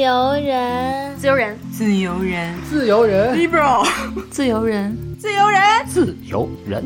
由人， 自由人， 自由人， 自由人 liberal， 自由人， 自由人， 自由人。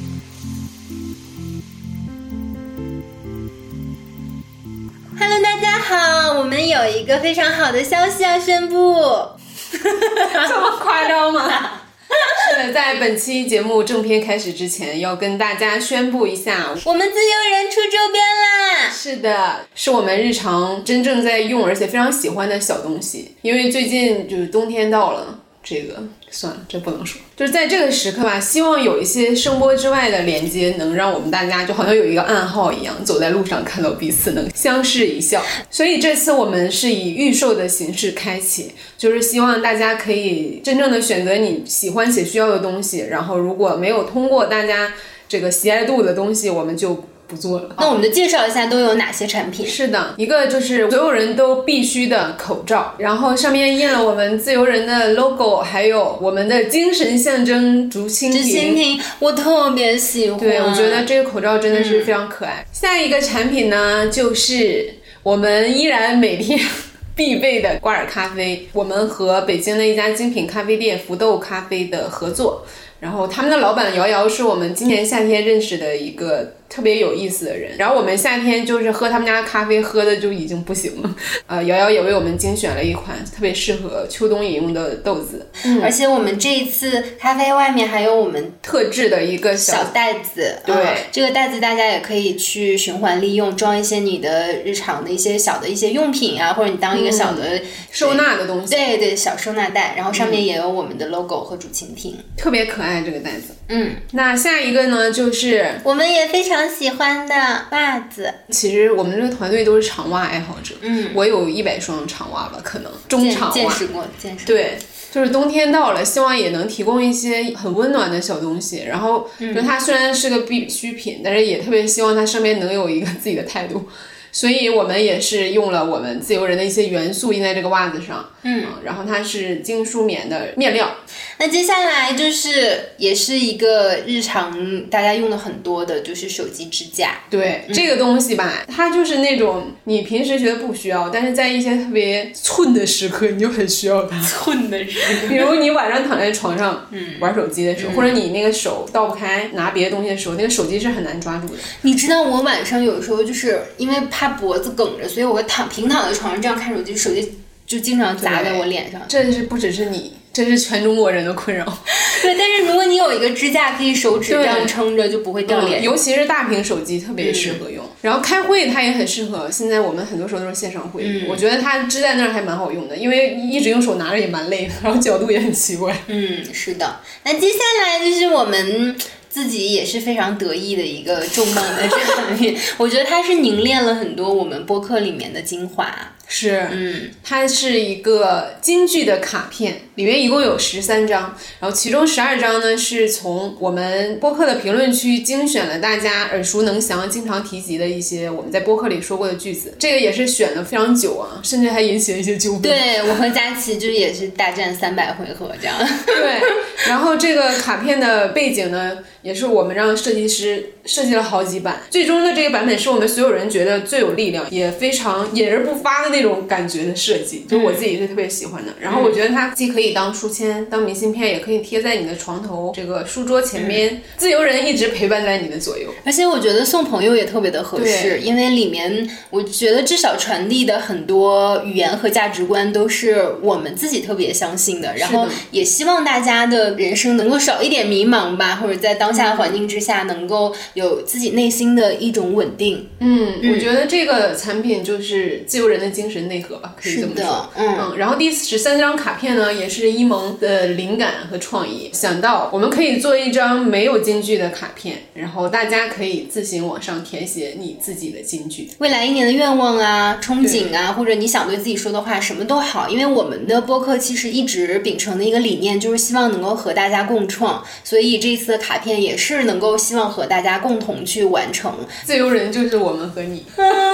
Hello， 大家好，我们有一个非常好的消息要宣布。 这么夸张吗？是的，在本期节目正片开始之前，要跟大家宣布一下， 我们自由人出周边啦！ 是的，是我们日常真正在用而且非常喜欢的小东西。因为最近就是冬天到了，这个算了，这不能说。就是在这个时刻吧，希望有一些声波之外的连接，能让我们大家就好像有一个暗号一样，走在路上看到彼此能相视一笑。所以这次我们是以预售的形式开启，就是希望大家可以真正的选择你喜欢且需要的东西，然后如果没有通过大家这个喜爱度的东西，我们就不做了。 那我们就介绍一下都有哪些产品。 是的，一个就是所有人都必须的口罩，然后上面印了我们自由人的 logo， 还有我们的精神象征竹蜻蜓。 我特别喜欢。 对，我觉得这个口罩真的是非常可爱。下一个产品呢，就是我们依然每天必备的瓜尔咖啡，我们和北京的一家精品咖啡店福豆咖啡的合作。然后他们的老板瑶瑶是我们今年夏天认识的一个特别有意思的人，然后我们夏天就是喝他们家的咖啡喝的就已经不行了。瑶瑶也为我们精选了一款特别适合秋冬饮用的豆子， 而且我们这一次咖啡外面还有我们特制的一个小袋子， 对， 这个袋子大家也可以去循环利用，装一些你的日常的一些小的一些用品啊，或者你当一个小的收纳的东西， 对对，小收纳袋，然后上面也有我们的 logo 和竹蜻蜓， 特别可爱这个袋子。那下一个呢，就是我们也非常喜欢的袜子。 其实我们这个团队都是长袜爱好者，我有100双长袜吧，可能中长袜。 见识过。 对，就是冬天到了，希望也能提供一些很温暖的小东西。然后，就它虽然是个必需品，但是也特别希望它上面能有一个自己的态度。所以我们也是用了我们自由人的一些元素印在这个袜子上，然后它是精梳棉的面料。 那接下来就是也是一个日常大家用的很多的，就是手机支架。 对，这个东西吧，它就是那种你平时觉得不需要，但是在一些特别寸的时刻，你就很需要它。 寸的时刻， 比如你晚上躺在床上，玩手机的时候，或者你那个手倒不开拿别的东西的时候，那个手机是很难抓住的。 你知道我晚上有时候就是因为怕脖子梗着，所以我会平躺在床上这样看手机，手机就经常砸在我脸上。 这是不只是你，这是全中国人的困扰。 对，但是如果你有一个支架可以手指这样撑着，就不会掉脸上。 尤其是大屏手机特别适合用。然后开会它也很适合，现在我们很多时候都是线上会议，我觉得它支在那儿还蛮好用的，因为一直用手拿着也蛮累的，然后角度也很奇怪。 是的。那接下来就是我们自己也是非常得意的一个重磅的产品，我觉得它是凝练了很多我们播客里面的精华。 是，它是一个京剧的卡片，里面一共有13张，然后其中12张呢是从我们播客的评论区精选了大家耳熟能详、经常提及的一些我们在播客里说过的句子。这个也是选了非常久啊，甚至还引起了一些纠纷。 对，我和佳琪就也是大战300回合这样。 对，然后这个卡片的背景呢，也是我们让设计师设计了好几版，最终的这个版本是我们所有人觉得最有力量，也非常隐而不发的那种感觉的设计，就我自己是特别喜欢的。然后我觉得它既可以当书签、当明信片，也可以贴在你的床头这个书桌前面，自由人一直陪伴在你的左右。 而且我觉得送朋友也特别的合适，因为里面我觉得至少传递的很多语言和价值观都是我们自己特别相信的，然后也希望大家的人生能够少一点迷茫吧，或者在当下的环境之下能够有自己内心的一种稳定。 我觉得这个产品就是自由人的精神内核吧，可以这么说。然后第13张卡片呢，也是一萌的灵感和创意，想到我们可以做一张没有金句的卡片，然后大家可以自行往上填写你自己的金句， 未来1年的愿望啊、憧憬啊，或者你想对自己说的话，什么都好。因为我们的播客其实一直秉承的一个理念就是希望能够和大家共创，所以这次的卡片也是能够希望和大家共同去完成。 自由人就是我们和你。 感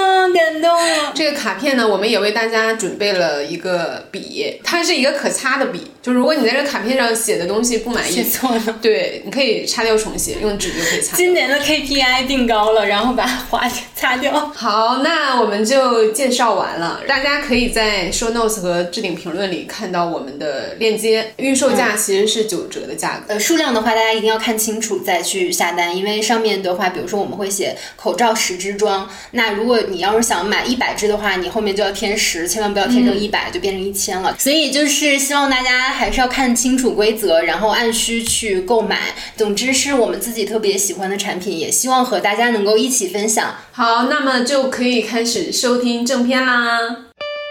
感动了。 这个卡片呢，我们也为大家准备了一个笔，它是一个可擦的笔，就如果你在这个卡片上写的东西不满意， 写错了， 对，你可以擦掉重写，用纸就可以擦掉。 今年的 KPI 定高了，然后把划擦掉。 好，那我们就介绍完了，大家可以在 show notes 和置顶评论里看到我们的链接，预售价其实是9折的价格。 数量的话大家一定要看清楚再去下单，因为上面的话比如说我们会写口罩10支装，那如果你要是想买100支的话，你后面就要添10，千万不要添成100，就变成1000了。所以就是希望大家还是要看清楚规则，然后按需去购买。总之是我们自己特别喜欢的产品，也希望和大家能够一起分享。 好，那么就可以开始收听正片啦。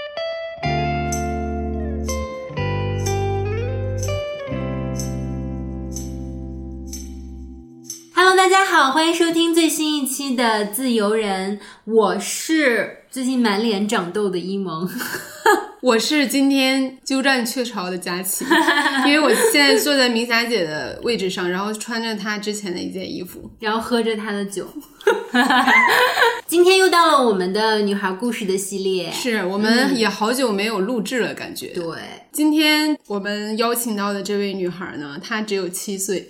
Hello， 大家好，欢迎收听最新一期的自由人，我是最近满脸长痘的一萌。 我是今天鸠占鹊巢的佳琪，因为我现在坐在明霞姐的位置上，然后穿着她之前的一件衣服， 然后喝着她的酒。今天又到了我们的女孩故事的系列， 是我们也好久没有录制了感觉。 对， 今天我们邀请到的这位女孩呢，她只有7岁。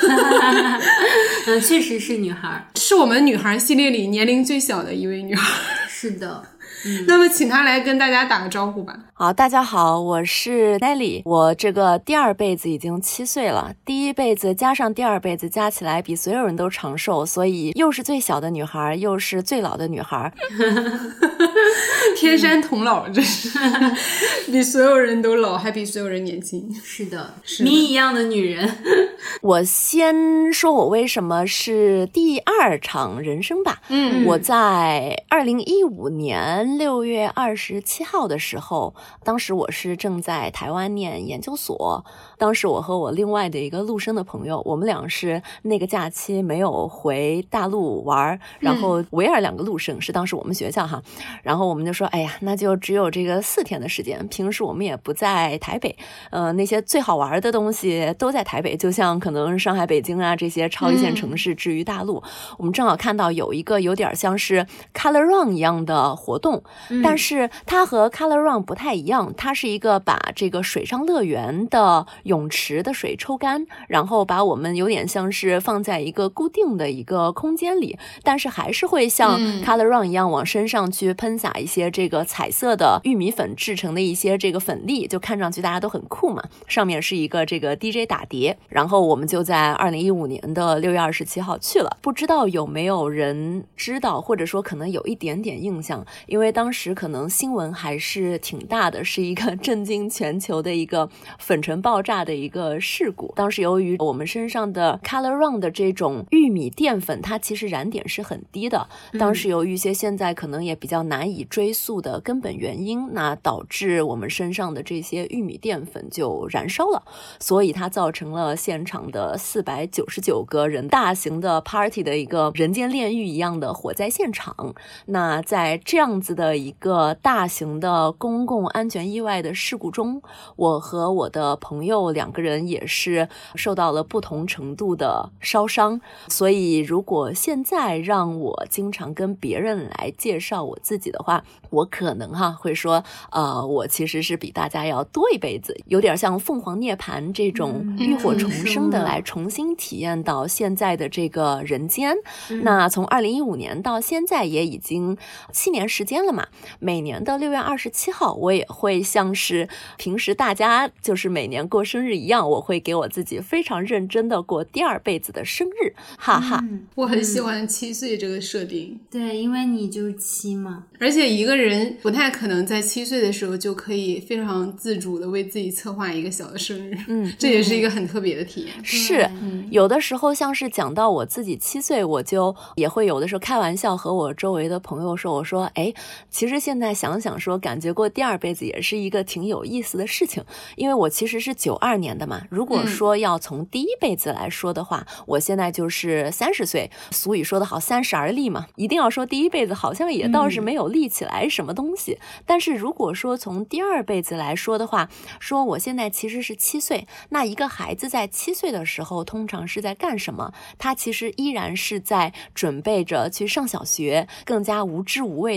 确实是女孩， 是我们女孩系列里年龄最小的一位女孩。 是的。 那么请她来跟大家打个招呼吧。 好，大家好，我是 Nelly， 我这个第2辈子已经7岁了，第一辈子加上第2辈子加起来比所有人都长寿，所以又是最小的女孩，又是最老的女孩。 天山童姥，这是比所有人都老，还比所有人年轻。 是的，谜一样的女人。 我先说我为什么是第2场人生吧。我在2015年6月27号的时候，当时我是正在台湾念研究所，当时我和我另外的一个陆生的朋友，我们俩是那个假期没有回大陆玩，然后唯二2个陆生是当时我们学校哈，然后我们就说，哎呀，那就只有这个4天的时间，平时我们也不在台北，那些最好玩的东西都在台北，就像可能上海、北京啊这些超一线城市至于大陆，我们正好看到有一个有点像是 Color Run 一样的活动，但是它和 Color Run 不太一样，它是一个把这个水上乐园的泳池的水抽干，然后把我们有点像是放在一个固定的一个空间里，但是还是会像 Color Run 一样往身上去喷洒一些这个彩色的玉米粉制成的一些这个粉粒，就看上去大家都很酷嘛，上面是一个这个 DJ 打碟，然后我们就在2015年的6月27号去了，不知道有没有人知道，或者说可能有一点点印象，因为当时可能新闻还是挺大的，是一个震惊全球的一个粉尘爆炸的一个事故。当时由于我们身上的 Color Run 的这种玉米淀粉，它其实燃点是很低的，当时由于一些现在可能也比较难以追溯的根本原因，那导致我们身上的这些玉米淀粉就燃烧了，所以它造成了现场的499个人大型的 party 的一个人间炼狱一样的火灾现场。那在这样子的一个大型的公共安全意外的事故中，我和我的朋友2个人也是受到了不同程度的烧伤，所以如果现在让我经常跟别人来介绍我自己的话，我可能会说我其实是比大家要多一辈子，有点像凤凰涅槃这种浴火重生的来重新体验到现在的这个人间。那从2015年到现在也已经7年时间了嘛，每年的6月27号我也会像是平时大家就是每年过生日一样，我会给我自己非常认真的过第2辈子的生日，哈哈。 我很喜欢7岁这个设定。 对，因为你就是7嘛， 而且一个人不太可能在7岁的时候就可以非常自主的为自己策划一个小的生日，这也是一个很特别的体验。 是，有的时候像是讲到我自己7岁，我就也会有的时候开玩笑和我周围的朋友说，我说哎，其实现在想想说感觉过第2辈子也是一个挺有意思的事情，因为我其实是92年的嘛，如果说要从第1辈子来说的话，我现在就是30岁，俗语说得好，30而立嘛，一定要说第1辈子好像也倒是没有立起来什么东西，但是如果说从第2辈子来说的话，说我现在其实是7岁，那一个孩子在7岁的时候通常是在干什么？他其实依然是在准备着去上小学，更加无知无畏的去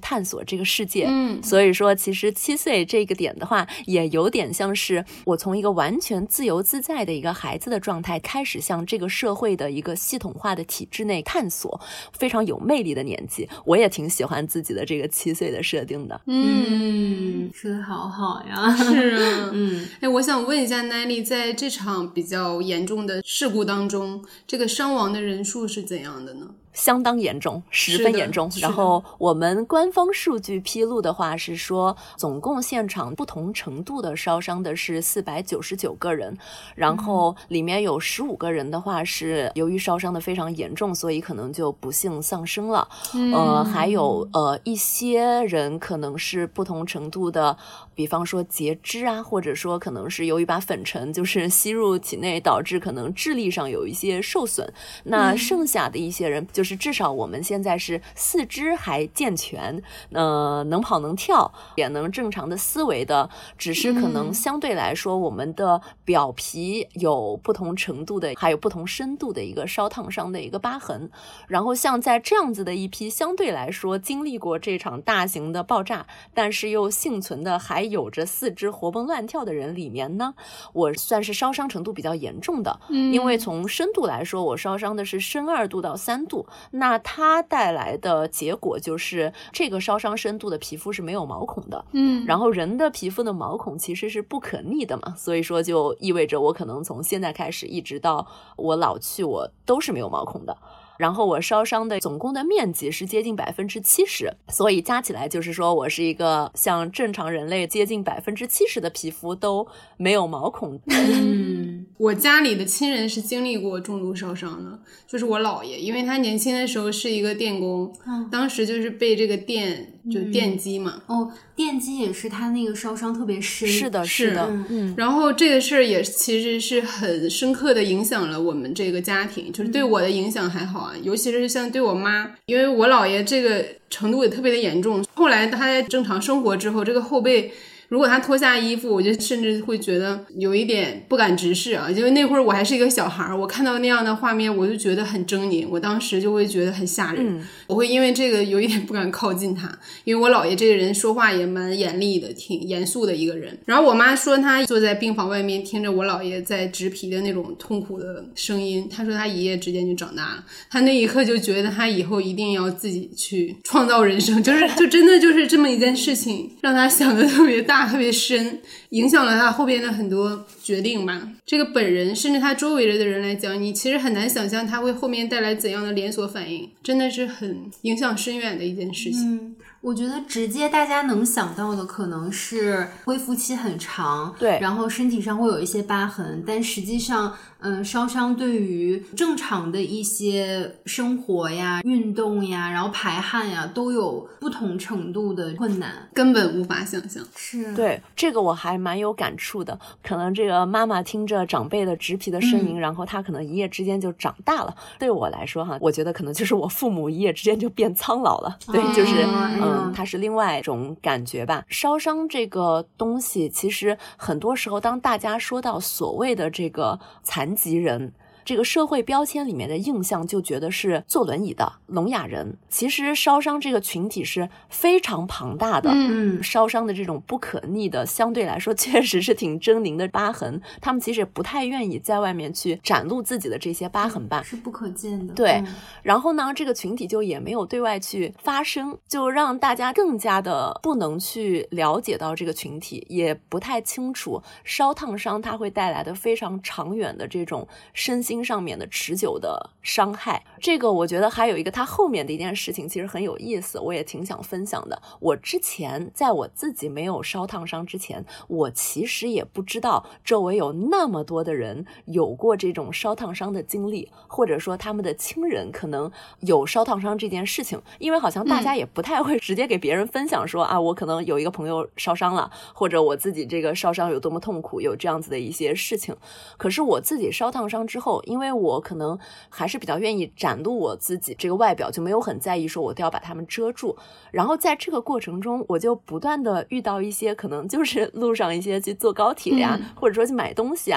探索这个世界。所以说其实7岁这个点的话，也有点像是我从一个完全自由自在的一个孩子的状态开始向这个社会的一个系统化的体制内探索，非常有魅力的年纪。我也挺喜欢自己的这个7岁的设定的。 说得好好呀。 是啊。我想问一下奈丽，在这场比较严重的事故当中，这个伤亡的人数是怎样的呢？ 相当严重，十分严重。然后我们官方数据披露的话是说，总共现场不同程度的烧伤的是499个人，然后里面有15个人的话是由于烧伤的非常严重，所以可能就不幸丧生了。还有一些人可能是不同程度的，比方说截肢啊，或者说可能是由于把粉尘就是吸入体内，导致可能智力上有一些受损。那剩下的一些人就是至少我们现在是四肢还健全，能跑能跳，也能正常的思维的，只是可能相对来说我们的表皮有不同程度的还有不同深度的一个烧烫伤的一个疤痕。然后像在这样子的一批相对来说经历过这场大型的爆炸但是又幸存的还有着四肢活蹦乱跳的人里面呢，我算是烧伤程度比较严重的。因为从深度来说，我烧伤的是深2度到3度，那它带来的结果就是这个烧伤深度的皮肤是没有毛孔的。然后人的皮肤的毛孔其实是不可逆的嘛，所以说就意味着我可能从现在开始一直到我老去，我都是没有毛孔的。然后我烧伤的总共的面积是接近70%，所以加起来就是说我是一个像正常人类接近70%的皮肤都没有毛孔。 我家里的亲人是经历过重度烧伤的，就是我姥爷，因为他年轻的时候是一个电工，当时就是被这个电就电击嘛。 电击也是他那个烧伤特别深。 是的，是的。 然后这个事儿也其实是很深刻的影响了我们这个家庭，就是对我的影响还好啊，尤其是像对我妈，因为我姥爷这个程度也特别的严重。后来他在正常生活之后，这个后背如果他脱下衣服，我就甚至会觉得有一点不敢直视啊，因为那会儿我还是一个小孩，我看到那样的画面我就觉得很狰狞，我当时就会觉得很吓人。我会因为这个有一点不敢靠近他，因为我姥爷这个人说话也蛮严厉的，挺严肃的一个人。然后我妈说她坐在病房外面听着我姥爷在植皮的那种痛苦的声音，她说她一夜之间就长大了，她那一刻就觉得她以后一定要自己去创造人生，就真的就是这么一件事情让她想的特别大特别深，影响了他后边的很多决定吧。这个本人甚至他周围的人来讲，你其实很难想象他会后面带来怎样的连锁反应，真的是很影响深远的一件事情。 我觉得直接大家能想到的可能是恢复期很长， 对， 然后身体上会有一些疤痕，但实际上烧伤对于正常的一些生活呀、运动呀，然后排汗呀，都有不同程度的困难， 根本无法想象。 是， 对，这个我还蛮有感触的。可能这个妈妈听着长辈的植皮的声音，然后她可能一夜之间就长大了。对我来说哈，我觉得可能就是我父母一夜之间就变苍老了。对，就是它是另外一种感觉吧。烧伤这个东西，其实很多时候当大家说到所谓的这个残疾人，这个社会标签里面的印象就觉得是坐轮椅的聋哑人。其实烧伤这个群体是非常庞大的，烧伤的这种不可逆的，相对来说确实是挺狰狞的疤痕，他们其实也不太愿意在外面去展露自己的这些疤痕吧， 是不可见的。 对，然后呢，这个群体就也没有对外去发声，就让大家更加的不能去了解到这个群体，也不太清楚烧烫伤它会带来的非常长远的这种身心上面的持久的伤害。这个我觉得还有一个它后面的一件事情其实很有意思，我也挺想分享的。我之前在我自己没有烧烫伤之前，我其实也不知道周围有那么多的人有过这种烧烫伤的经历，或者说他们的亲人可能有烧烫伤这件事情。因为好像大家也不太会直接给别人分享说我可能有一个朋友烧伤了，或者我自己这个烧伤有多么痛苦，有这样子的一些事情。可是我自己烧烫伤之后，因为我可能还是比较愿意展露我自己这个外表，就没有很在意说我都要把它们遮住。然后在这个过程中，我就不断的遇到一些可能就是路上一些去坐高铁呀，或者说去买东西啊，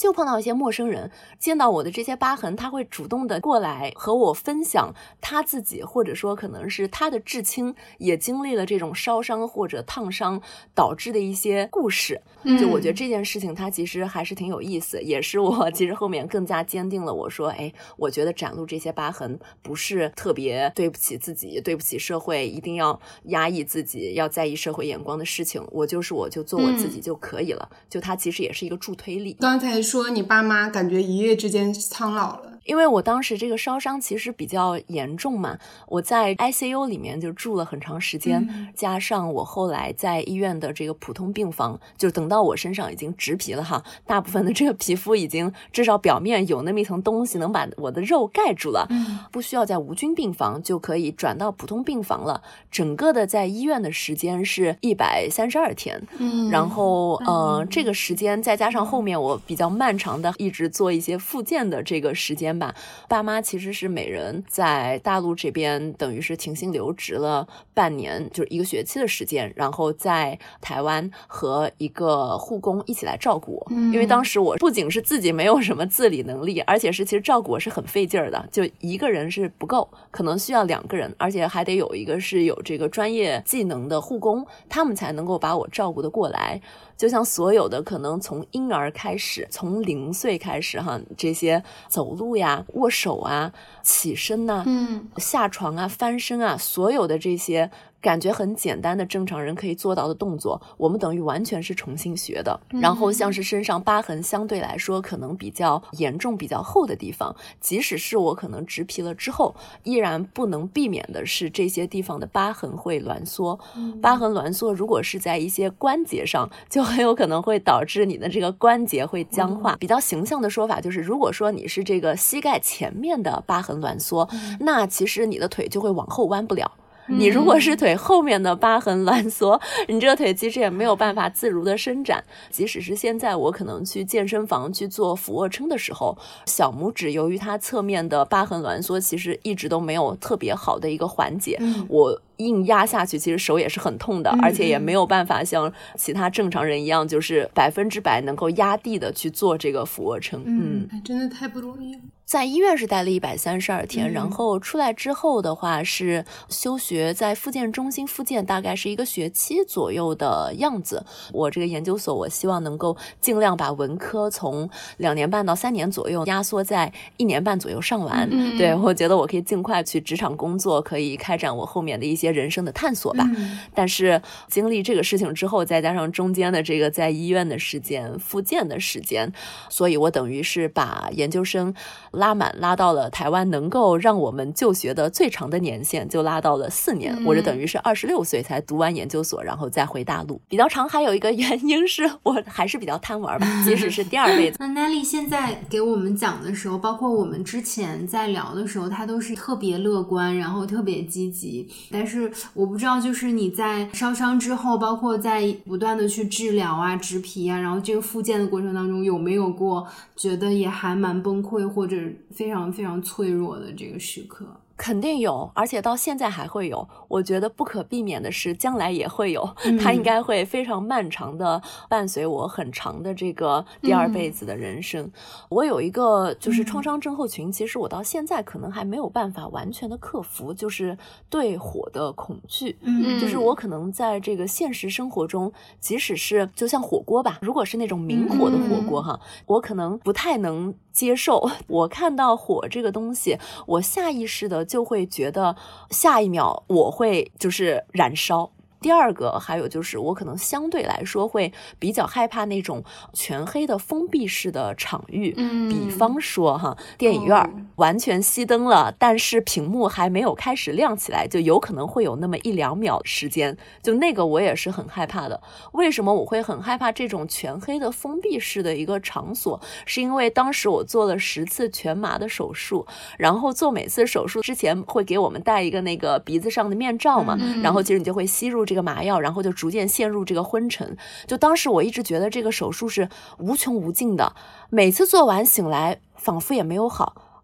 就碰到一些陌生人，见到我的这些疤痕，他会主动的过来和我分享他自己，或者说可能是他的至亲也经历了这种烧伤或者烫伤导致的一些故事。就我觉得这件事情它其实还是挺有意思，也是我其实后面更加坚定了我说，我觉得展露这些疤痕不是特别对不起自己，对不起社会，一定要压抑自己，要在意社会眼光的事情，我就做我自己就可以了。就它其实也是一个助推力。 刚才说你爸妈感觉一夜之间苍老了， 因为我当时这个烧伤其实比较严重嘛，我在 ICU 里面就住了很长时间，加上我后来在医院的这个普通病房，就等到我身上已经植皮了哈，大部分的这个皮肤已经至少表面有那么一层东西能把我的肉盖住了，不需要在无菌病房就可以转到普通病房了。整个的在医院的时间是132天，然后这个时间再加上后面我比较漫长的一直做一些复健的这个时间吧，爸妈其实是每人在大陆这边等于是停薪留职了半年，就是1个学期的时间，然后在台湾和一个护工一起来照顾我。因为当时我不仅是自己没有什么自理能力，而且是其实照顾我是很费劲儿的，就一个人是不够，可能需要2个人，而且还得有一个是有这个专业技能的护工，他们才能够把我照顾得过来。就像所有的可能从婴儿开始，从0岁开始哈，这些走路呀、握手啊、起身呐、下床啊、翻身啊，所有的这些感觉很简单的正常人可以做到的动作，我们等于完全是重新学的。然后像是身上疤痕相对来说可能比较严重比较厚的地方，即使是我可能植皮了之后，依然不能避免的是这些地方的疤痕会挛缩。疤痕挛缩如果是在一些关节上，就很有可能会导致你的这个关节会僵化。比较形象的说法就是，如果说你是这个膝盖前面的疤痕挛缩，那其实你的腿就会往后弯不了。你如果是腿后面的疤痕挛缩，你这个腿其实也没有办法自如的伸展。即使是现在我可能去健身房去做俯卧撑的时候，小拇指由于它侧面的疤痕挛缩，其实一直都没有特别好的一个缓解。我硬压下去，其实手也是很痛的，而且也没有办法像其他正常人一样，就是100%能够压地的去做这个俯卧撑。 真的太不容易了。 在医院是待了132天，然后出来之后的话是休学，在复健中心复健，大概是1个学期左右的样子。我这个研究所，我希望能够尽量把文科从2年半到3年左右压缩在1年半左右上完。对，我觉得我可以尽快去职场工作，可以开展我后面的一些人生的探索吧。但是经历这个事情之后，再加上中间的这个在医院的时间、复健的时间，所以我等于是把研究生拉满，拉到了台湾能够让我们就学的最长的年限，就拉到了4年。我这等于是26岁才读完研究所，然后再回大陆。比较长还有一个原因是我还是比较贪玩吧，即使是第2辈子。 那 Nelly 现在给我们讲的时候，包括我们之前在聊的时候，她都是特别乐观，然后特别积极。但是我不知道，就是你在烧伤之后，包括在不断的去治疗啊、植皮啊，然后这个复健的过程当中，有没有过觉得也还蛮崩溃或者非常非常脆弱的这个时刻？ 肯定有，而且到现在还会有。我觉得不可避免的是将来也会有，它应该会非常漫长的伴随我很长的这个第2辈子的人生。我有一个就是创伤症候群，其实我到现在可能还没有办法完全的克服，就是对火的恐惧。就是我可能在这个现实生活中，即使是就像火锅吧，如果是那种明火的火锅哈，我可能不太能接受。我看到火这个东西，我下意识的就会觉得下一秒我会就是燃烧。第2个还有就是我可能相对来说会比较害怕那种全黑的封闭式的场域，比方说哈，电影院完全熄灯了，但是屏幕还没有开始亮起来，就有可能会有那么1-2秒时间，就那个我也是很害怕的。为什么我会很害怕这种全黑的封闭式的一个场所？是因为当时我做了10次全麻的手术，然后做每次手术之前会给我们戴一个那个鼻子上的面罩嘛，然后其实你就会吸入这个麻药，然后就逐渐陷入这个昏沉。就当时我一直觉得这个手术是无穷无尽的，每次做完醒来仿佛也没有好，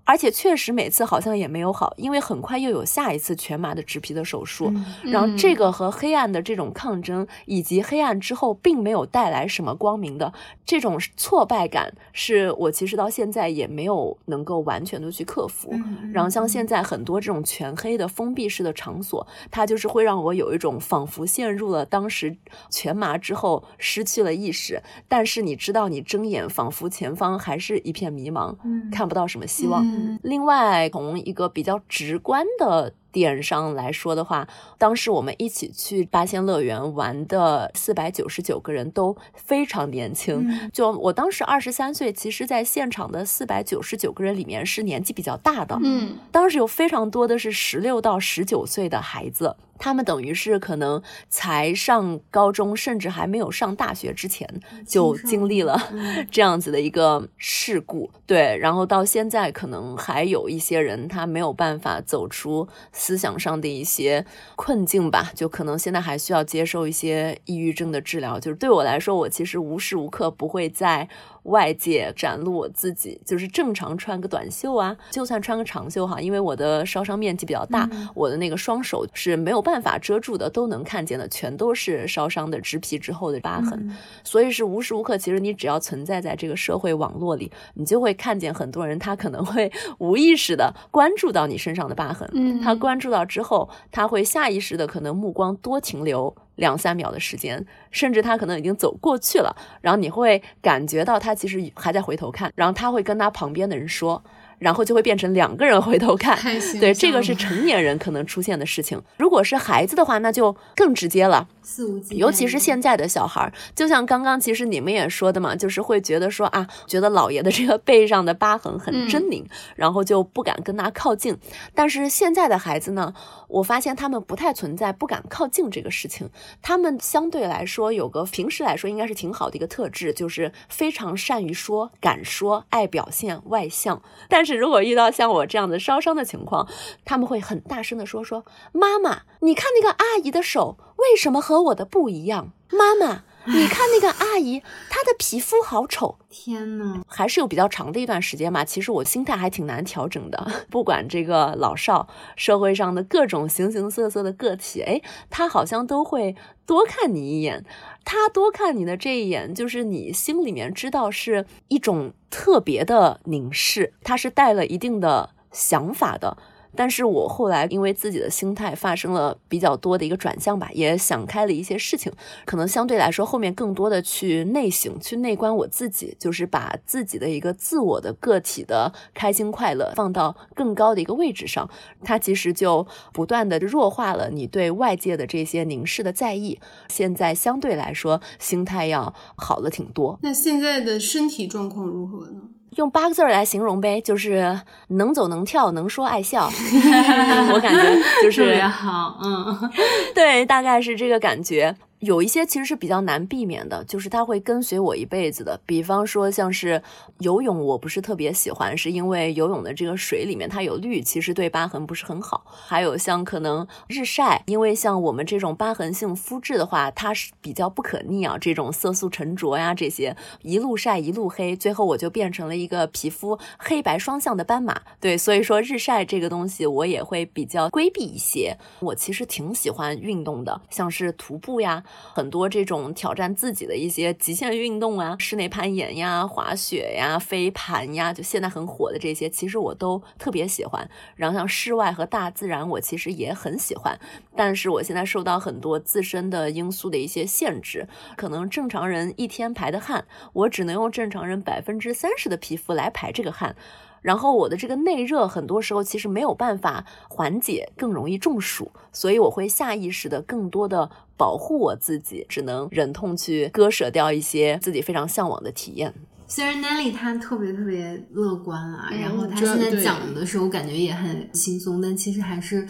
而且确实每次好像也没有好，因为很快又有下一次全麻的植皮的手术，然后这个和黑暗的这种抗争，以及黑暗之后并没有带来什么光明的这种挫败感，是我其实到现在也没有能够完全的去克服。然后像现在很多这种全黑的封闭式的场所，它就是会让我有一种仿佛陷入了当时全麻之后失去了意识，但是你知道你睁眼仿佛前方还是一片迷茫，看不到什么希望。另外从一个比较直观的点上来说的话，当时我们一起去八仙乐园玩的499个人都非常年轻，就我当时23岁，其实在现场的499个人里面是年纪比较大的，当时有非常多的是16到19岁的孩子，他们等于是可能才上高中，甚至还没有上大学之前就经历了这样子的一个事故。对，然后到现在可能还有一些人他没有办法走出思想上的一些困境吧，就可能现在还需要接受一些抑郁症的治疗。就是对我来说，我其实无时无刻不会在外界展露我自己，就是正常穿个短袖啊，就算穿个长袖哈，因为我的烧伤面积比较大，我的那个双手是没有办法遮住的，都能看见的，全都是烧伤的植皮之后的疤痕，所以是无时无刻，其实你只要存在在这个社会网络里，你就会看见很多人他可能会无意识的关注到你身上的疤痕，他关注到之后，他会下意识的可能目光多停留2-3秒的时间，甚至他可能已经走过去了，然后你会感觉到他其实还在回头看，然后他会跟他旁边的人说，然后就会变成2个人回头看。对，这个是成年人可能出现的事情。如果是孩子的话，那就更直接了， 肆无忌惮， 尤其是现在的小孩，就像刚刚其实你们也说的嘛，就是会觉得说啊，觉得姥爷的这个背上的疤痕很狰狞，然后就不敢跟他靠近。但是现在的孩子呢，我发现他们不太存在不敢靠近这个事情，他们相对来说有个平时来说应该是挺好的一个特质，就是非常善于说、敢说、爱表现、外向。但是如果遇到像我这样的烧伤的情况，他们会很大声的说妈妈，你看那个阿姨的手为什么和我的不一样？妈妈，你看那个阿姨，她的皮肤好丑。 天哪， 还是有比较长的一段时间嘛，其实我心态还挺难调整的，不管这个老少，社会上的各种形形色色的个体，他好像都会多看你一眼，他多看你的这一眼，就是你心里面知道是一种特别的凝视，他是带了一定的想法的。但是我后来因为自己的心态发生了比较多的一个转向吧，也想开了一些事情，可能相对来说后面更多的去内省，去内观我自己，就是把自己的一个自我的个体的开心快乐放到更高的一个位置上，它其实就不断的弱化了你对外界的这些凝视的在意，现在相对来说心态要好了挺多。 那现在的身体状况如何呢？ 用8个字来形容呗，就是能走能跳能说爱笑我感觉就是特别好， 对，大概是这个感觉。有一些其实是比较难避免的，就是它会跟随我一辈子的，比方说像是游泳，我不是特别喜欢，是因为游泳的这个水里面它有氯，其实对疤痕不是很好。还有像可能日晒，因为像我们这种疤痕性肤质的话，它是比较不可逆啊，这种色素沉着呀，这些一路晒一路黑，最后我就变成了一个皮肤黑白双向的斑马。对，所以说日晒这个东西我也会比较规避一些。我其实挺喜欢运动的，像是徒步呀，很多这种挑战自己的一些极限运动啊，室内攀岩呀、滑雪呀、飞盘呀，就现在很火的这些，其实我都特别喜欢。然后像室外和大自然，我其实也很喜欢。但是我现在受到很多自身的因素的一些限制，可能正常人1天排的汗，我只能用正常人30%的皮肤来排这个汗。然后我的这个内热很多时候其实没有办法缓解，更容易中暑，所以我会下意识的更多的保护我自己，只能忍痛去割舍掉一些自己非常向往的体验。 虽然 Nelly 她特别特别乐观啊，然后她现在讲的时候感觉也很轻松，但其实还是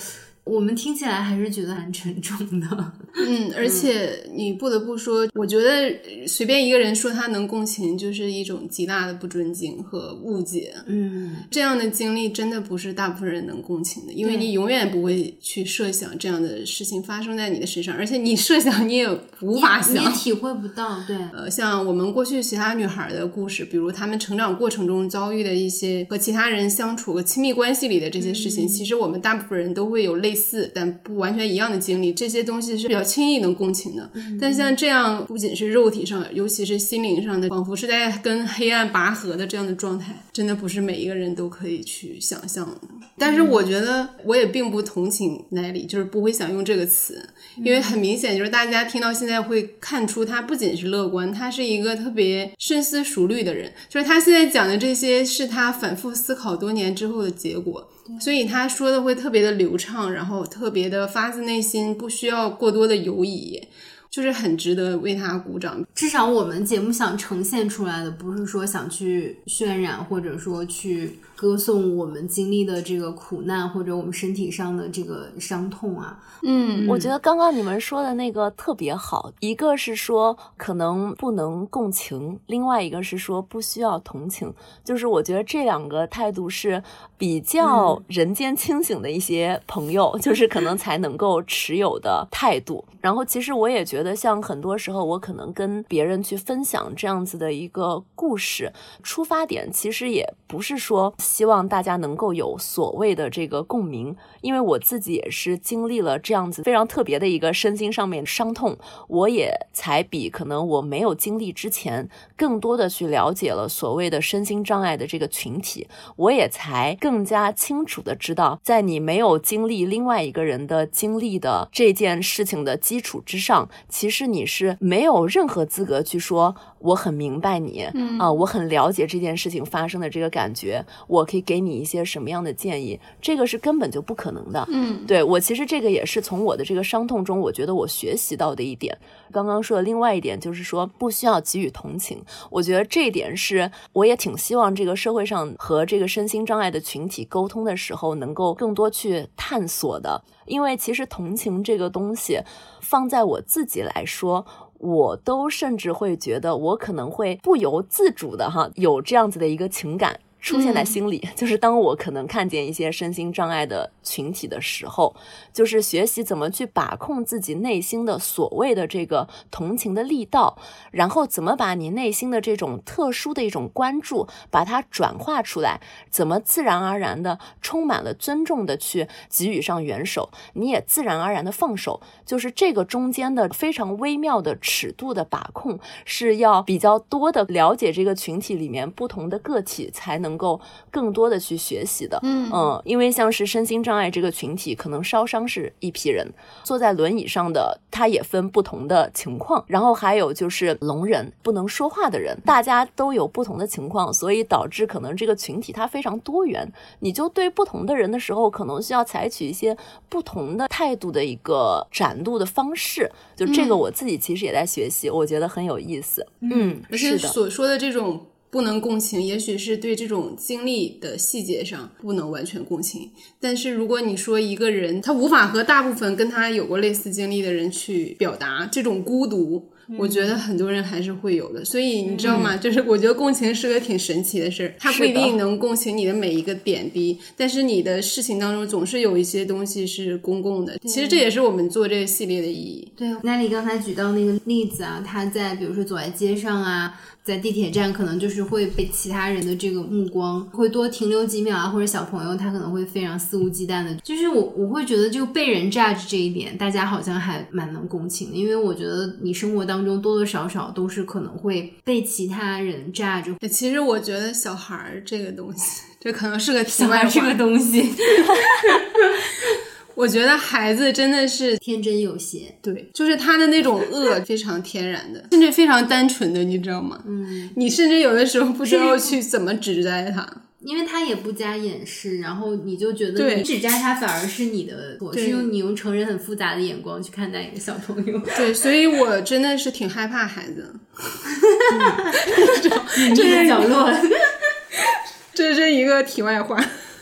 我们听起来还是觉得蛮沉重的。 而且你不得不说，我觉得随便一个人说他能共情，就是一种极大的不尊敬和误解。这样的经历真的不是大部分人能共情的，因为你永远不会去设想这样的事情发生在你的身上，而且你设想你也无法想， 你也体会不到。对， 像我们过去其他女孩的故事，比如她们成长过程中遭遇的一些和其他人相处和亲密关系里的这些事情，其实我们大部分人都会有类似但不完全一样的经历，这些东西是比较轻易能共情的。但像这样不仅是肉体上，尤其是心灵上的，仿佛是在跟黑暗拔河的这样的状态，真的不是每一个人都可以去想象的。但是我觉得我也并不同情奈里，就是不会想用这个词，因为很明显就是大家听到现在会看出他不仅是乐观，他是一个特别深思熟虑的人，就是他现在讲的这些是他反复思考多年之后的结果，所以他说的会特别的流畅，然后特别的发自内心，不需要过多的犹疑，就是很值得为他鼓掌。 至少我们节目想呈现出来的不是说想去渲染或者说去歌颂我们经历的这个苦难或者我们身体上的这个伤痛啊。 我觉得刚刚你们说的那个特别好，一个是说可能不能共情，另外一个是说不需要同情，就是我觉得这两个态度是比较人间清醒的一些朋友就是可能才能够持有的态度。然后其实我也觉得像很多时候我可能跟别人去分享这样子的一个故事，出发点其实也不是说希望大家能够有所谓的这个共鸣，因为我自己也是经历了这样子非常特别的一个身心上面的伤痛，我也才比可能我没有经历之前更多的去了解了所谓的身心障碍的这个群体，我也才更加清楚的知道，在你没有经历另外一个人的经历的这件事情的基础之上，其实你是没有任何资格去说我很明白你我很了解这件事情发生的这个感觉，我可以给你一些什么样的建议，这个是根本就不可能的。对，我其实这个也是从我的这个伤痛中我觉得我学习到的一点。刚刚说的另外一点就是说不需要给予同情，我觉得这一点是我也挺希望这个社会上和这个身心障碍的群体沟通的时候能够更多去探索的。因为其实同情这个东西放在我自己来说，我都甚至会觉得我可能会不由自主的有这样子的一个情感出现在心里，就是当我可能看见一些身心障碍的群体的时候，就是学习怎么去把控自己内心的所谓的这个同情的力道，然后怎么把你内心的这种特殊的一种关注把它转化出来，怎么自然而然的充满了尊重的去给予上援手，你也自然而然的放手，就是这个中间的非常微妙的尺度的把控，是要比较多的了解这个群体里面不同的个体才能够更多的去学习的。因为像是身心障碍这个群体，可能烧伤是一批人，坐在轮椅上的他也分不同的情况，然后还有就是聋人不能说话的人，大家都有不同的情况，所以导致可能这个群体它非常多元，你就对不同的人的时候可能需要采取一些不同的态度的一个展露的方式，就这个我自己其实也在学习，我觉得很有意思。 而且所说的这种不能共情，也许是对这种经历的细节上不能完全共情，但是如果你说一个人他无法和大部分跟他有过类似经历的人去表达这种孤独，我觉得很多人还是会有的。所以你知道吗，就是我觉得共情是个挺神奇的事，它不一定能共情你的每一个点滴，但是你的事情当中总是有一些东西是公共的，其实这也是我们做这个系列的意义。 对，奈里刚才举到那个例子啊，他在比如说走在街上啊，在地铁站可能就是会被其他人的这个目光会多停留几秒啊，或者小朋友他可能会非常肆无忌惮的，就是我会觉得这个被人 judge 这一点大家好像还蛮能共情的，因为我觉得你生活当中多多少少都是可能会被其他人 judge。 其实我觉得小孩这个东西，这可能是个题外话， 这个东西我觉得孩子真的是天真有邪， 对，就是他的那种恶非常天然的，甚至非常单纯的，你知道吗？你甚至有的时候不知道去怎么指摘他， 因为他也不加掩饰，然后你就觉得你指摘他反而是你的错，是你用成人很复杂的眼光去看待一个小朋友。 对，所以我真的是挺害怕孩子。 这个角落这是一个题外话。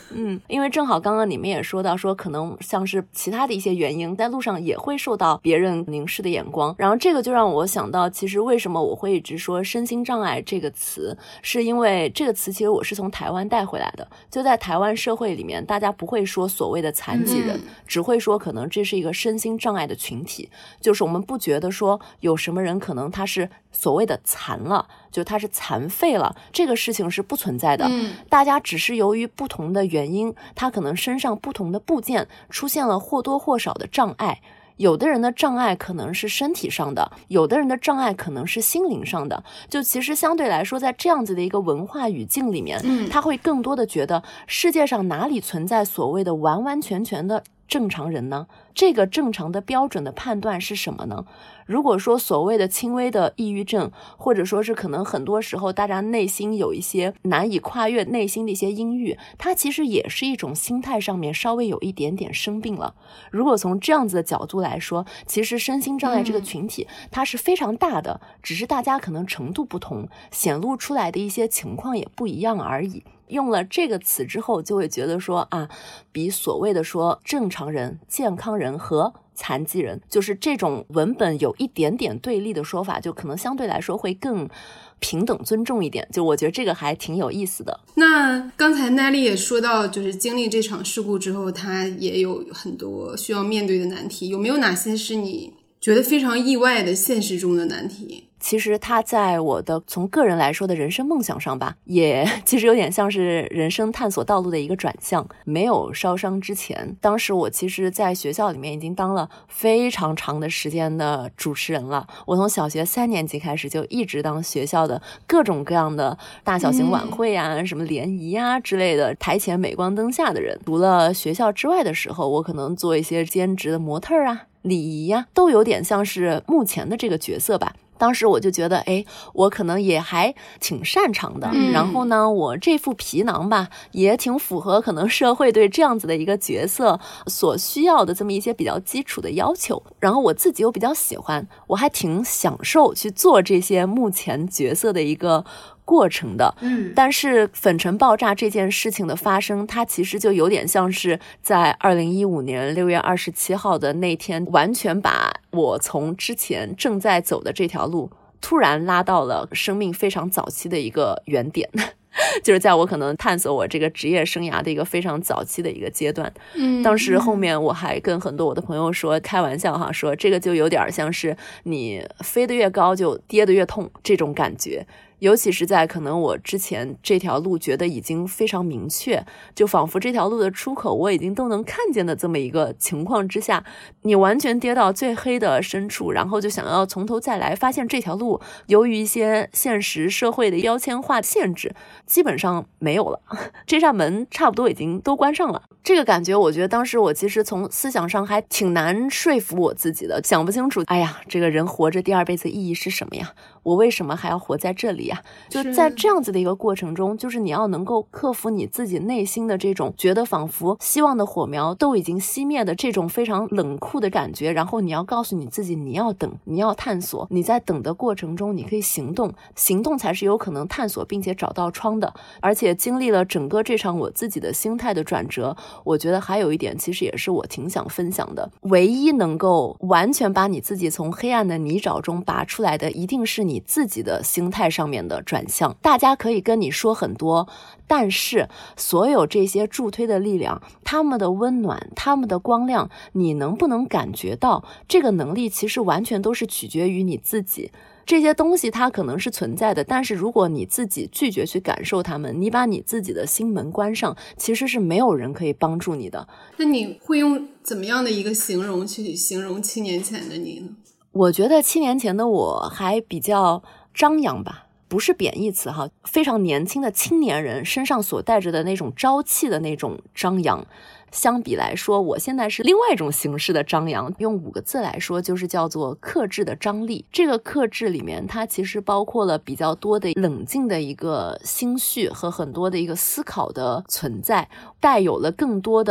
因为正好刚刚你们也说到说可能像是其他的一些原因，在路上也会受到别人凝视的眼光，然后这个就让我想到，其实为什么我会一直说身心障碍这个词，是因为这个词其实我是从台湾带回来的。就在台湾社会里面，大家不会说所谓的残疾人，只会说可能这是一个身心障碍的群体，就是我们不觉得说有什么人可能他是所谓的残了，就他是残废了，这个事情是不存在的。大家只是由于不同的原因，他可能身上不同的部件出现了或多或少的障碍。有的人的障碍可能是身体上的，有的人的障碍可能是心灵上的。就其实相对来说，在这样子的一个文化语境里面，他会更多的觉得世界上哪里存在所谓的完完全全的正常人呢？这个正常的标准的判断是什么呢？如果说所谓的轻微的抑郁症，或者说是可能很多时候大家内心有一些难以跨越内心的一些阴郁，它其实也是一种心态上面稍微有一点点生病了。如果从这样子的角度来说，其实身心障碍这个群体它是非常大的，只是大家可能程度不同，显露出来的一些情况也不一样而已。用了这个词之后，就会觉得说比所谓的说正常人、健康人和残疾人，就是这种文本有一点点对立的说法，就可能相对来说会更平等尊重一点，就我觉得这个还挺有意思的。 那刚才奈丽也说到，就是经历这场事故之后，她也有很多需要面对的难题，有没有哪些是你觉得非常意外的现实中的难题？ 其实他在我的从个人来说的人生梦想上吧，也其实有点像是人生探索道路的一个转向。没有烧伤之前，当时我其实在学校里面已经当了非常长的时间的主持人了。我从小学3年级开始就一直当学校的各种各样的大小型晚会啊、什么联谊啊之类的台前镁光灯下的人。除了学校之外的时候，我可能做一些兼职的模特啊、礼仪啊，都有点像是目前的这个角色吧。当时我就觉得我可能也还挺擅长的，然后呢我这副皮囊吧也挺符合可能社会对这样子的一个角色所需要的这么一些比较基础的要求，然后我自己又比较喜欢，我还挺享受去做这些目前角色的一个过程的。但是粉尘爆炸这件事情的发生，它其实就有点像是在2015年6月27号的那天，完全把我从之前正在走的这条路突然拉到了生命非常早期的一个原点就是在我可能探索我这个职业生涯的一个非常早期的一个阶段。当时后面我还跟很多我的朋友说，开玩笑哈，说这个就有点像是你飞得越高就跌得越痛这种感觉。尤其是在可能我之前这条路觉得已经非常明确，就仿佛这条路的出口我已经都能看见的这么一个情况之下，你完全跌到最黑的深处，然后就想要从头再来，发现这条路由于一些现实社会的标签化限制基本上没有了，这扇门差不多已经都关上了。这个感觉我觉得当时我其实从思想上还挺难说服我自己的，想不清楚这个人活着第二辈子意义是什么呀，我为什么还要活在这里呀？就在这样子的一个过程中，就是你要能够克服你自己内心的这种觉得仿佛希望的火苗都已经熄灭的这种非常冷酷的感觉，然后你要告诉你自己，你要等，你要探索，你在等的过程中你可以行动，行动才是有可能探索并且找到窗的。而且经历了整个这场我自己的心态的转折，我觉得还有一点其实也是我挺想分享的，唯一能够完全把你自己从黑暗的泥沼中拔出来的，一定是你自己的心态上面的转向。大家可以跟你说很多，但是所有这些助推的力量，他们的温暖，他们的光亮，你能不能感觉到？这个能力其实完全都是取决于你自己。这些东西它可能是存在的，但是如果你自己拒绝去感受它们，你把你自己的心门关上，其实是没有人可以帮助你的。 那你会用怎么样的一个形容去形容7年前的你呢？ 我觉得7年前的我还比较张扬吧，不是贬义词哈，非常年轻的青年人身上所带着的那种朝气的那种张扬，相比来说，我现在是另外一种形式的张扬，用5个字来说，就是叫做克制的张力。这个克制里面，它其实包括了比较多的冷静的一个心绪和很多的一个思考的存在，带有了更多的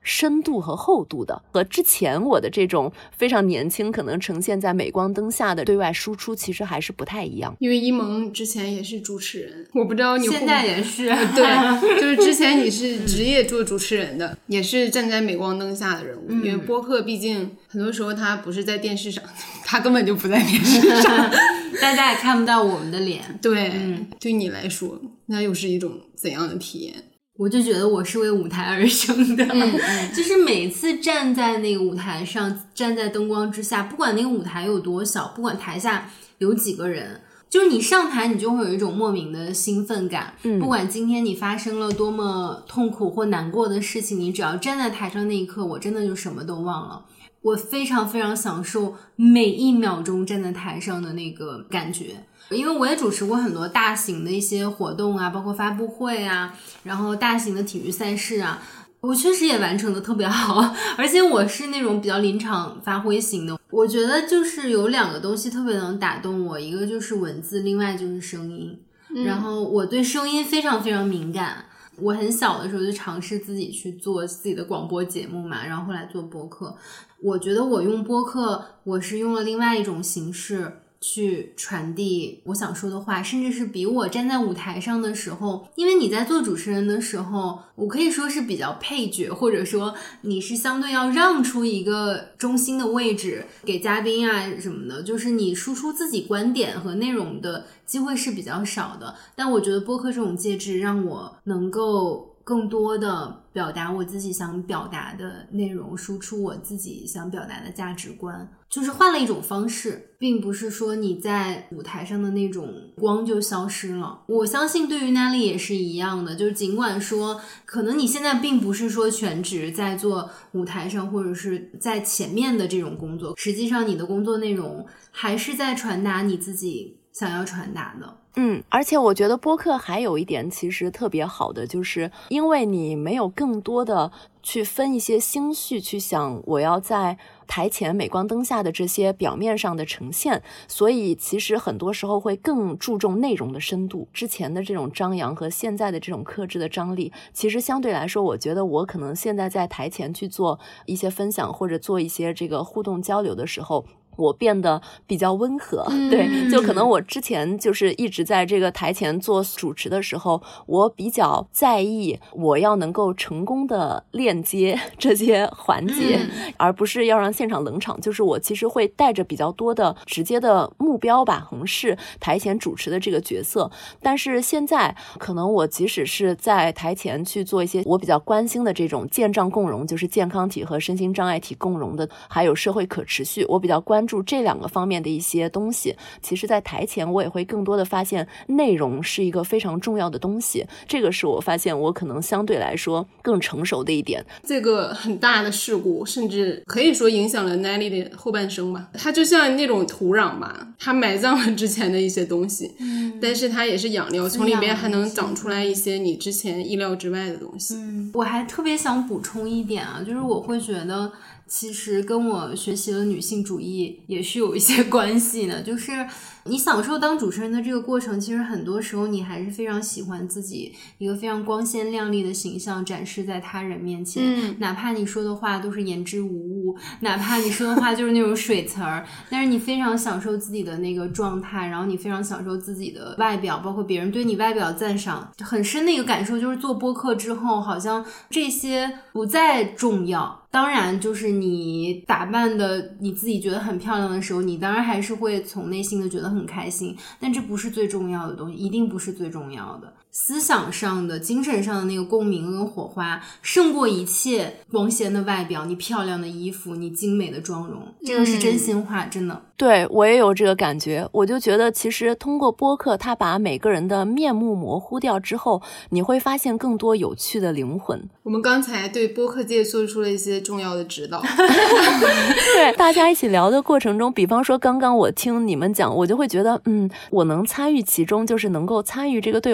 深度和厚度的，和之前我的这种非常年轻可能呈现在镁光灯下的对外输出其实还是不太一样。 因为一萌之前也是主持人，我不知道你现在也是对，就是之前你是职业做主持人的，也是站在镁光灯下的人物，因为播客毕竟很多时候他不是在电视上，他根本就不在电视上大家也看不到我们的脸。 对，对你来说那又是一种怎样的体验？ 我就觉得我是为舞台而生的，就是每次站在那个舞台上，站在灯光之下，不管那个舞台有多小，不管台下有几个人，就是你上台你就会有一种莫名的兴奋感，不管今天你发生了多么痛苦或难过的事情，你只要站在台上那一刻，我真的就什么都忘了。我非常非常享受每一秒钟站在台上的那个感觉，因为我也主持过很多大型的一些活动啊，包括发布会啊，然后大型的体育赛事啊，我确实也完成的特别好，而且我是那种比较临场发挥型的。我觉得就是有两个东西特别能打动我，一个就是文字，另外就是声音。然后我对声音非常非常敏感，我很小的时候就尝试自己去做自己的广播节目嘛，然后后来做播客。我觉得我用播客，我是用了另外一种形式去传递我想说的话，甚至是比我站在舞台上的时候，因为你在做主持人的时候，我可以说是比较配角，或者说你是相对要让出一个中心的位置给嘉宾啊什么的，就是你输出自己观点和内容的机会是比较少的。但我觉得播客这种介质让我能够更多的表达我自己想表达的内容，输出我自己想表达的价值观，就是换了一种方式，并不是说你在舞台上的那种光就消失了。我相信对于 Nelly 也是一样的，就是尽管说可能你现在并不是说全职在做舞台上或者是在前面的这种工作，实际上你的工作内容还是在传达你自己想要传达的。 而且我觉得播客还有一点其实特别好的，就是因为你没有更多的去分一些心绪去想我要在台前镁光灯下的这些表面上的呈现，所以其实很多时候会更注重内容的深度。之前的这种张扬和现在的这种克制的张力，其实相对来说，我觉得我可能现在在台前去做一些分享或者做一些这个互动交流的时候，我变得比较温和，对，就可能我之前就是一直在这个台前做主持的时候，我比较在意我要能够成功的链接这些环节，而不是要让现场冷场，就是我其实会带着比较多的直接的目标吧，横视台前主持的这个角色。但是现在可能我即使是在台前去做一些我比较关心的这种健障共融，就是健康体和身心障碍体共融的，还有社会可持续，我比较关注这两个方面的一些东西，其实在台前我也会更多的发现内容是一个非常重要的东西，这个是我发现我可能相对来说更成熟的一点。 这个很大的事故甚至可以说影响了 Nelly 的后半生吧，它就像那种土壤吧，它埋葬了之前的一些东西，但是它也是养料，从里面还能长出来一些你之前意料之外的东西。 我还特别想补充一点啊，就是我会觉得其实跟我学习了女性主义也是有一些关系的，就是你享受当主持人的这个过程，其实很多时候你还是非常喜欢自己一个非常光鲜亮丽的形象展示在他人面前，哪怕你说的话都是言之无物，哪怕你说的话就是那种水词儿，但是你非常享受自己的那个状态，然后你非常享受自己的外表，包括别人对你外表赞赏。很深的一个感受就是做播客之后，好像这些不再重要，当然就是你打扮的你自己觉得很漂亮的时候，你当然还是会从内心的觉得很开心，但这不是最重要的东西，一定不是最重要的。思想上的精神上的那个共鸣跟火花胜过一切光鲜的外表，你漂亮的衣服，你精美的妆容，这个是真心话，真的。 对，我也有这个感觉，我就觉得其实通过播客它把每个人的面目模糊掉之后，你会发现更多有趣的灵魂。 我们刚才对播客界做出了一些重要的指导对，大家一起聊的过程中，比方说刚刚我听你们讲，我就会觉得我能参与其中，就是能够参与这个对话，我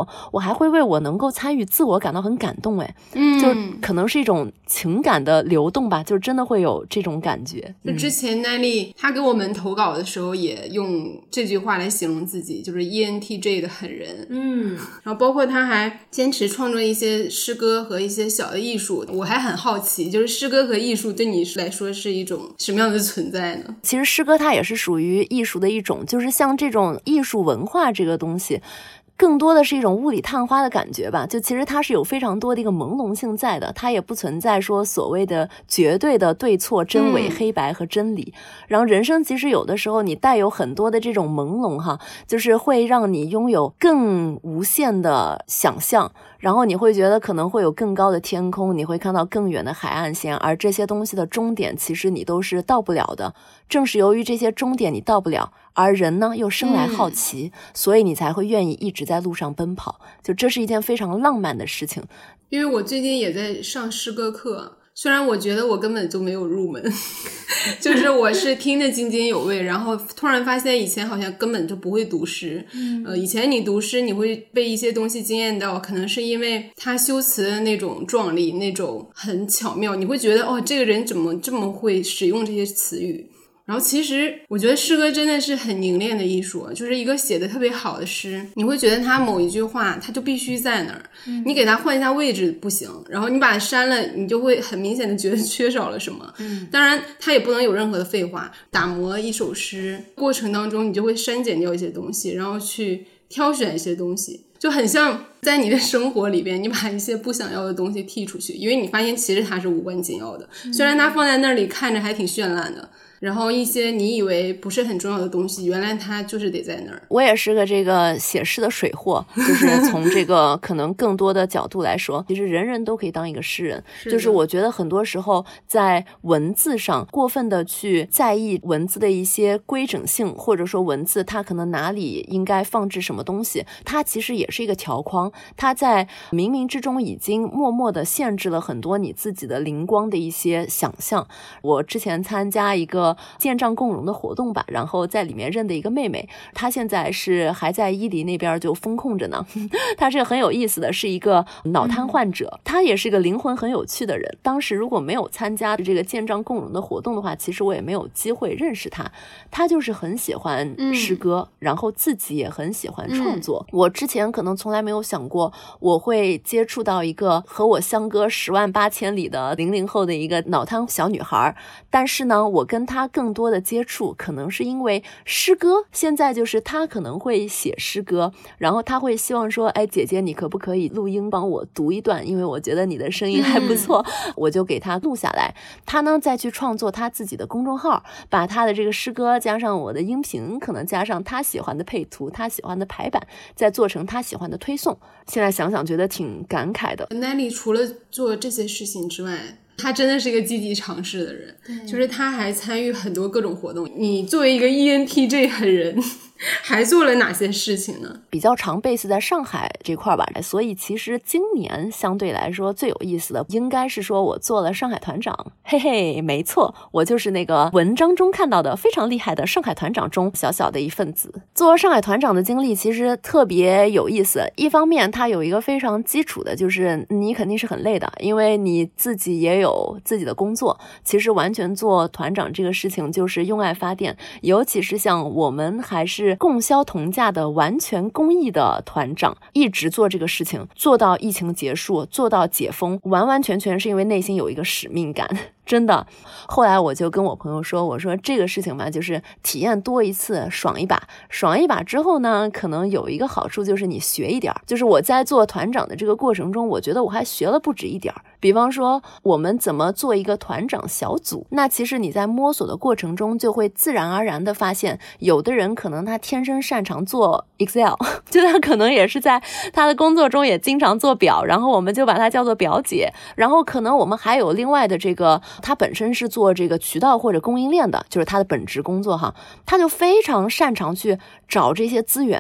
我还会为我能够参与自我感到很感动。就可能是一种情感的流动吧，就真的会有这种感觉。 就之前奈丽她给我们投稿的时候也用这句话来形容自己，就是 ENTJ 的狠人。然后包括她还坚持创作一些诗歌和一些小的艺术。我还很好奇，就是诗歌和艺术对你来说是一种什么样的存在呢？ 其实诗歌它也是属于艺术的一种，就是像这种艺术文化这个东西更多的是一种雾里探花的感觉吧，就其实它是有非常多的一个朦胧性在的，它也不存在说所谓的绝对的对错真伪黑白和真理。然后人生其实有的时候你带有很多的这种朦胧哈，就是会让你拥有更无限的想象，然后你会觉得可能会有更高的天空，你会看到更远的海岸线，而这些东西的终点其实你都是到不了的。正是由于这些终点你到不了，而人呢又生来好奇，所以你才会愿意一直在路上奔跑，就这是一件非常浪漫的事情。 因为我最近也在上诗歌课，虽然我觉得我根本就没有入门就是我是听得津津有味，然后突然发现以前好像根本就不会读诗。以前你读诗你会被一些东西惊艳到，可能是因为他修辞的那种壮丽，那种很巧妙，你会觉得这个人怎么这么会使用这些词语。然后其实我觉得诗歌真的是很凝练的艺术，就是一个写的特别好的诗，你会觉得他某一句话他就必须在那儿，你给他换一下位置不行，然后你把它删了，你就会很明显的觉得缺少了什么。当然他也不能有任何的废话，打磨一首诗过程当中你就会删减掉一些东西，然后去挑选一些东西，就很像在你的生活里边你把一些不想要的东西剔出去，因为你发现其实它是无关紧要的，虽然它放在那里看着还挺绚烂的，然后一些你以为不是很重要的东西，原来它就是得在那儿。 我也是个这个写诗的水货，就是从这个可能更多的角度来说，其实人人都可以当一个诗人。就是我觉得很多时候在文字上过分的去在意文字的一些规整性，或者说文字它可能哪里应该放置什么东西，它其实也是一个条框，它在冥冥之中已经默默的限制了很多你自己的灵光的一些想象。我之前参加一个建障共融的活动吧，然后在里面认的一个妹妹，她现在是还在伊犁那边就风控着呢。她是很有意思的，是一个脑瘫患者，她也是个灵魂很有趣的人。当时如果没有参加这个建障共融的活动的话，其实我也没有机会认识她。她就是很喜欢诗歌，然后自己也很喜欢创作。我之前可能从来没有想过我会接触到一个和我相隔10万8千里的00后的一个脑瘫小女孩，但是呢我跟她更多的接触可能是因为诗歌，现在就是她可能会写诗歌，然后她会希望说，哎，姐姐你可不可以录音帮我读一段，因为我觉得你的声音还不错，我就给她录下来。她呢再去创作她自己的公众号，把她的这个诗歌加上我的音频，可能加上她喜欢的配图，她喜欢的排版，再做成她喜欢的推送。现在想想觉得挺感慨的。 Nelly 除了做这些事情之外，他真的是一个积极尝试的人，就是他还参与很多各种活动。你作为一个 ENTJ 狠人还做了哪些事情呢？ 比较常 base 在上海这块吧，所以其实今年相对来说最有意思的应该是说我做了上海团长。嘿嘿，没错，我就是那个文章中看到的非常厉害的上海团长中小小的一份子。做上海团长的经历其实特别有意思，一方面它有一个非常基础的，就是你肯定是很累的，因为你自己也有自己的工作，其实完全做团长这个事情就是用爱发电，尤其是像我们还是供销同价的完全公益的团长，一直做这个事情做到疫情结束，做到解封，完完全全是因为内心有一个使命感，真的。后来我就跟我朋友说，我说这个事情吧，就是体验多一次爽一把，爽一把之后呢，可能有一个好处就是你学一点，就是我在做团长的这个过程中，我觉得我还学了不止一点。比方说我们怎么做一个团长小组，那其实你在摸索的过程中就会自然而然的发现，有的人可能他天生擅长做 Excel， 就他可能也是在他的工作中也经常做表，然后我们就把它叫做表姐。然后可能我们还有另外的这个，他本身是做这个渠道或者供应链的，就是他的本职工作哈，他就非常擅长去找这些资源，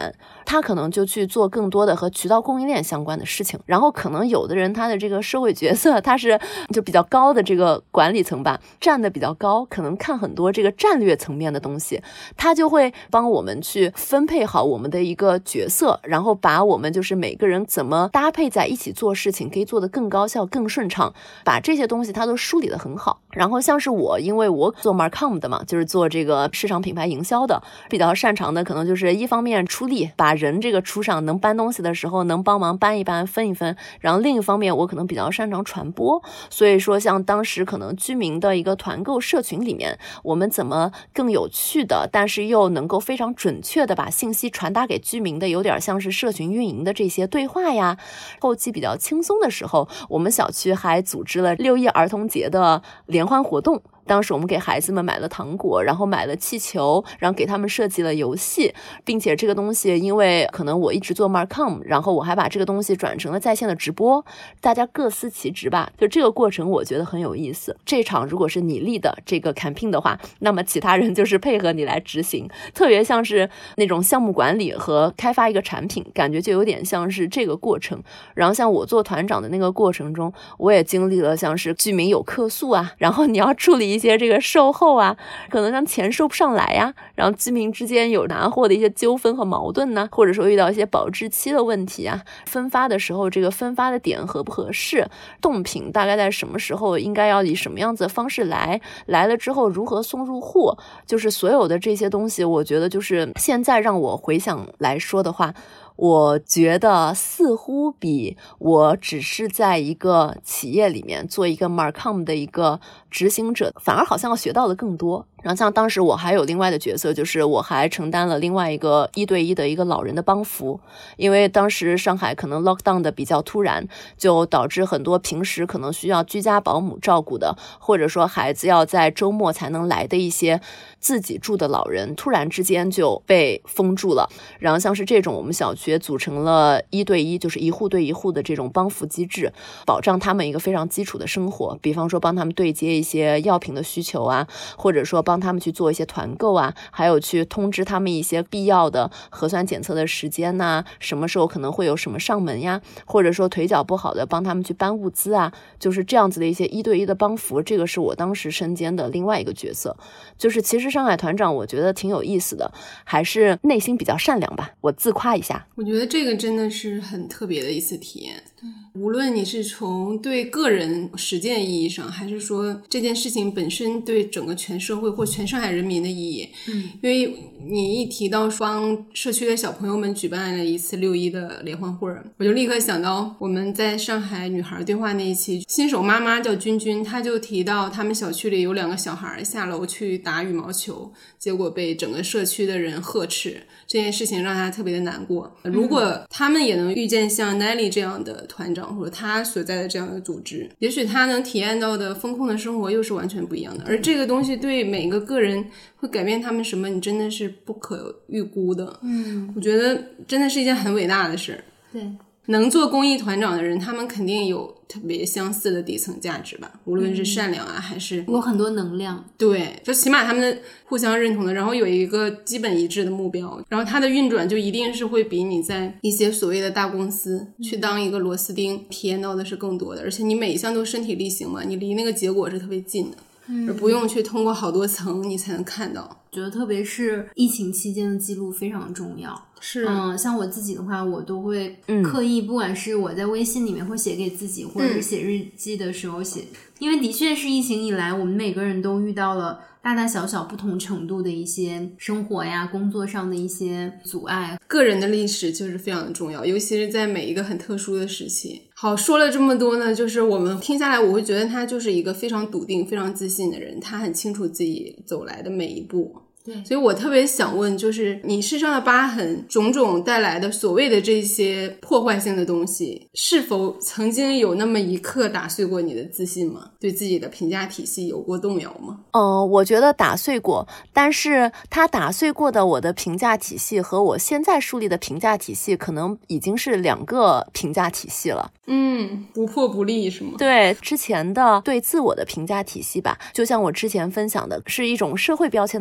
他可能就去做更多的和渠道供应链相关的事情。然后可能有的人他的这个社会角色他是就比较高的这个管理层吧，站得比较高，可能看很多这个战略层面的东西，他就会帮我们去分配好我们的一个角色，然后把我们就是每个人怎么搭配在一起做事情可以做得更高效更顺畅，把这些东西他都梳理得很好。然后像是我，因为我做 Marcom 的嘛，就是做这个市场品牌营销的，比较擅长的可能就是一方面出力，把人这个出上，能搬东西的时候能帮忙搬一搬分一分，然后另一方面我可能比较擅长传播。所以说像当时可能居民的一个团购社群里面，我们怎么更有趣的但是又能够非常准确的把信息传达给居民的，有点像是社群运营的这些对话呀。后期比较轻松的时候，我们小区还组织了6·1儿童节的联欢活动，当时我们给孩子们买了糖果，然后买了气球，然后给他们设计了游戏，并且这个东西因为可能我一直做 Marcom， 然后我还把这个东西转成了在线的直播，大家各司其职吧，就这个过程我觉得很有意思。这场如果是你立的这个 campaign 的话，那么其他人就是配合你来执行，特别像是那种项目管理和开发一个产品，感觉就有点像是这个过程。然后像我做团长的那个过程中，我也经历了像是居民有客诉啊，然后你要处理一些这个售后啊，可能让钱收不上来呀，然后居民之间有拿货的一些纠纷和矛盾呢，或者说遇到一些保质期的问题啊，分发的时候这个分发的点合不合适，冻品大概在什么时候应该要以什么样子的方式来了之后如何送入货，就是所有的这些东西，我觉得就是现在让我回想来说的话，我觉得似乎比我只是在一个企业里面做一个 Marcom 的一个执行者，反而好像要学到的更多。然后像当时我还有另外的角色，就是我还承担了另外一个1对1的一个老人的帮扶，因为当时上海可能 lockdown 的比较突然，就导致很多平时可能需要居家保姆照顾的，或者说孩子要在周末才能来的一些自己住的老人，突然之间就被封住了。然后像是这种我们小区组成了1对1，就是1户对1户的这种帮扶机制，保障他们一个非常基础的生活，比方说帮他们对接一些药品的需求啊，或者说帮他们去做一些团购啊，还有去通知他们一些必要的核酸检测的时间呐，什么时候可能会有什么上门呀，或者说腿脚不好的帮他们去搬物资啊，就是这样子的一些1对1的帮扶，这个是我当时身兼的另外一个角色。就是其实上海团长我觉得挺有意思的，还是内心比较善良吧，我自夸一下。 我觉得这个真的是很特别的一次体验，无论你是从对个人实践意义上，还是说这件事情本身对整个全社会或全上海人民的意义。因为你一提到帮社区的小朋友们举办了一次6·1的联欢会，我就立刻想到我们在上海女孩对话那一期，新手妈妈叫君君，她就提到他们小区里有2个小孩下楼去打羽毛球，结果被整个社区的人呵斥，这件事情让她特别的难过。如果他们也能遇见像 Nelly 这样的团长，或者他所在的这样的组织，也许他能体验到的风控的生活又是完全不一样的。而这个东西对每个个人会改变他们什么，你真的是不可预估的。我觉得真的是一件很伟大的事。 对， 能做公益团长的人，他们肯定有特别相似的底层价值吧，无论是善良啊，还是有很多能量。 对，就起码他们互相认同的，然后有一个基本一致的目标，然后它的运转就一定是会比你在一些所谓的大公司去当一个螺丝钉体验到的是更多的，而且你每一项都身体力行嘛，你离那个结果是特别近的。而不用去通过好多层你才能看到。 觉得特别是疫情期间的记录非常重要。 是， 像我自己的话，我都会刻意，不管是我在微信里面会写给自己，或者是写日记的时候写，因为的确是疫情以来，我们每个人都遇到了大大小小不同程度的一些生活呀、工作上的一些阻碍。 个人的历史就是非常的重要，尤其是在每一个很特殊的时期。好，说了这么多呢，就是我们听下来，我会觉得他就是一个非常笃定、非常自信的人，他很清楚自己走来的每一步。 对， 所以我特别想问，就是你身上的疤痕种种带来的所谓的这些破坏性的东西，是否曾经有那么一刻打碎过你的自信吗？对自己的评价体系有过动摇吗？ 我觉得打碎过，但是他打碎过的我的评价体系和我现在树立的评价体系可能已经是2个评价体系了。 不破不立是吗？ 对，之前的对自我的评价体系吧，就像我之前分享的，是一种社会标签的美，它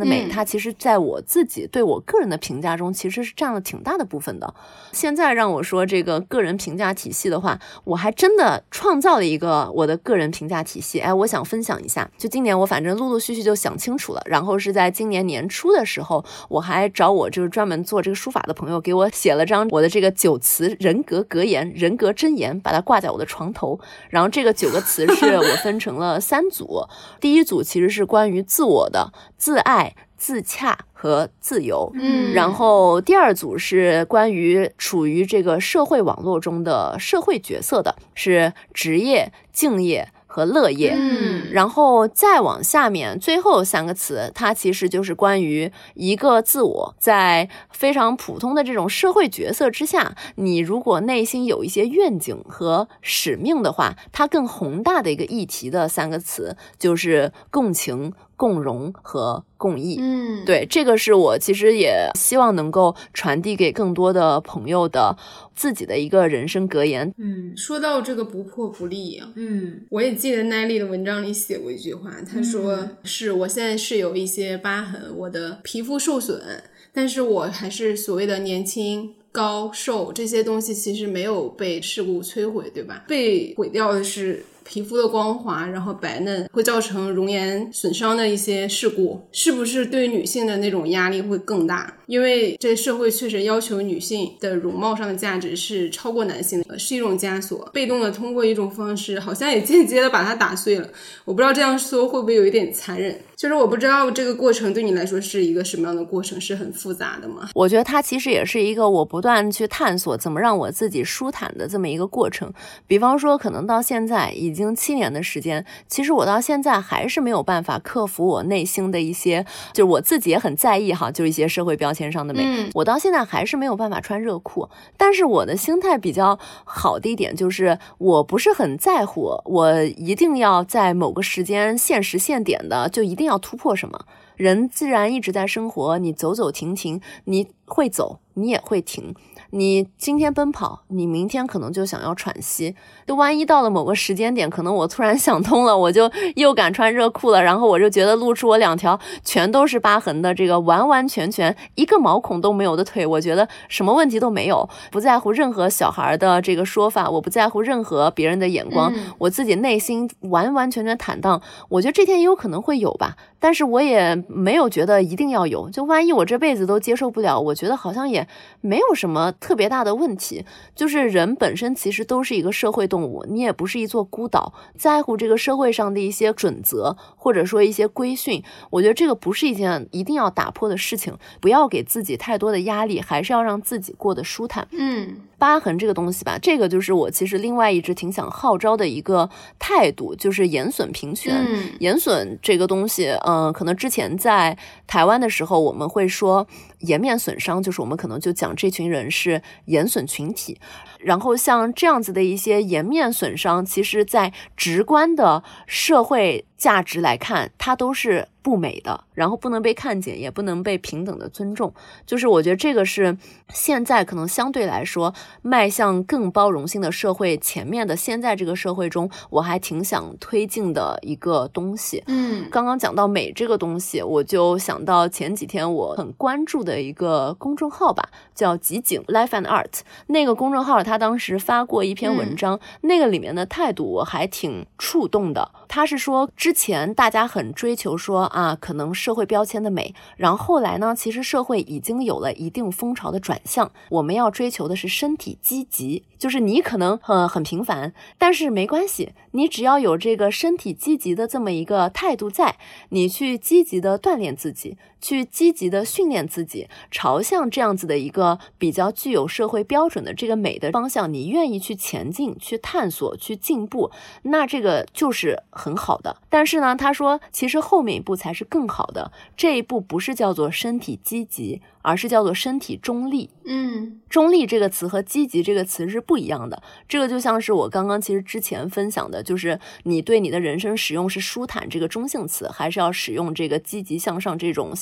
其实在我自己对我个人的评价中其实是占了挺大的部分的。现在让我说这个个人评价体系的话，我还真的创造了一个我的个人评价体系。我想分享一下。就今年我反正陆陆续续就想清楚了，然后是在今年年初的时候，我还找我就是专门做这个书法的朋友给我写了张我的这个9词人格格言、人格箴言，把它挂在我的床头。然后这个9个词是我分成了3组，第一组其实是关于自我的，自爱、自洽和自由。然后第2组是关于处于这个社会网络中的社会角色的，是职业、敬业和乐业。然后再往下面最后3个词，它其实就是关于一个自我在非常普通的这种社会角色之下，你如果内心有一些愿景和使命的话，它更宏大的一个议题的3个词就是共情、共荣和共益。对，这个是我其实也希望能够传递给更多的朋友的自己的一个人生格言。 说到这个不破不立啊，我也记得奈利的文章里写过一句话，他说是我现在是有一些疤痕，我的皮肤受损，但是我还是所谓的年轻高瘦，这些东西其实没有被事故摧毁，对吧？被毁掉的是皮肤的光滑，然后白嫩，会造成容颜损伤的一些事故，是不是对女性的那种压力会更大？因为这社会确实要求女性的容貌上的价值是超过男性的，是一种枷锁，被动的通过一种方式，好像也间接的把它打碎了。我不知道这样说会不会有一点残忍，就是我不知道这个过程对你来说是一个什么样的过程，是很复杂的吗？ 我觉得它其实也是一个我不断去探索怎么让我自己舒坦的这么一个过程。比方说可能到现在已经7年的时间，其实我到现在还是没有办法克服我内心的一些，就是我自己也很在意哈，就是一些社会标签上的美。我到现在还是没有办法穿热裤，但是我的心态比较好的一点就是我不是很在乎我一定要在某个时间限时限点的就一定要突破什么。人自然一直在生活，你走走停停，你会走你也会停，你今天奔跑，你明天可能就想要喘息，就万一到了某个时间点，可能我突然想通了，我就又敢穿热裤了，然后我就觉得露出我2条全都是疤痕的这个完完全全一个毛孔都没有的腿，我觉得什么问题都没有，不在乎任何小孩的这个说法，我不在乎任何别人的眼光，我自己内心完完全全坦荡，我觉得这天也有可能会有吧，但是我也没有觉得一定要有，就万一我这辈子都接受不了，我觉得好像也没有什么特别大的问题。就是人本身其实都是一个社会动物，你也不是一座孤岛，在乎这个社会上的一些准则或者说一些规训，我觉得这个不是一件一定要打破的事情，不要给自己太多的压力，还是要让自己过得舒坦。疤痕这个东西吧，这个就是我其实另外一直挺想号召的一个态度，就是颜损平权。颜损这个东西可能之前在台湾的时候我们会说颜面损伤，就是我们可能就讲这群人是颜损群体，然后像这样子的一些颜面损伤，其实在直观的社会价值来看，它都是不美的，然后不能被看见，也不能被平等的尊重。就是我觉得这个是现在可能相对来说迈向更包容性的社会前面的现在这个社会中，我还挺想推进的一个东西。刚刚讲到美这个东西，我就想到前几天我很关注的一个公众号吧，叫集景 Life and Art。 那个公众号他当时发过一篇文章，那个里面的态度我还挺触动的。他是说之前大家很追求说可能社会标签的美，然后后来呢，其实社会已经有了一定风潮的转向，我们要追求的是身体积极，就是你可能很平凡，但是没关系，你只要有这个身体积极的这么一个态度在，你去积极的锻炼自己，去积极的训练自己，朝向这样子的一个比较具有社会标准的这个美的方向，你愿意去前进，去探索，去进步，那这个就是很好的。但是呢，他说其实后面一步才是更好的，这一步不是叫做身体积极，而是叫做身体中立。中立这个词和积极这个词是不一样的。这个就像是我刚刚其实之前分享的，就是你对你的人生使用是舒坦这个中性词，还是要使用这个积极向上这种相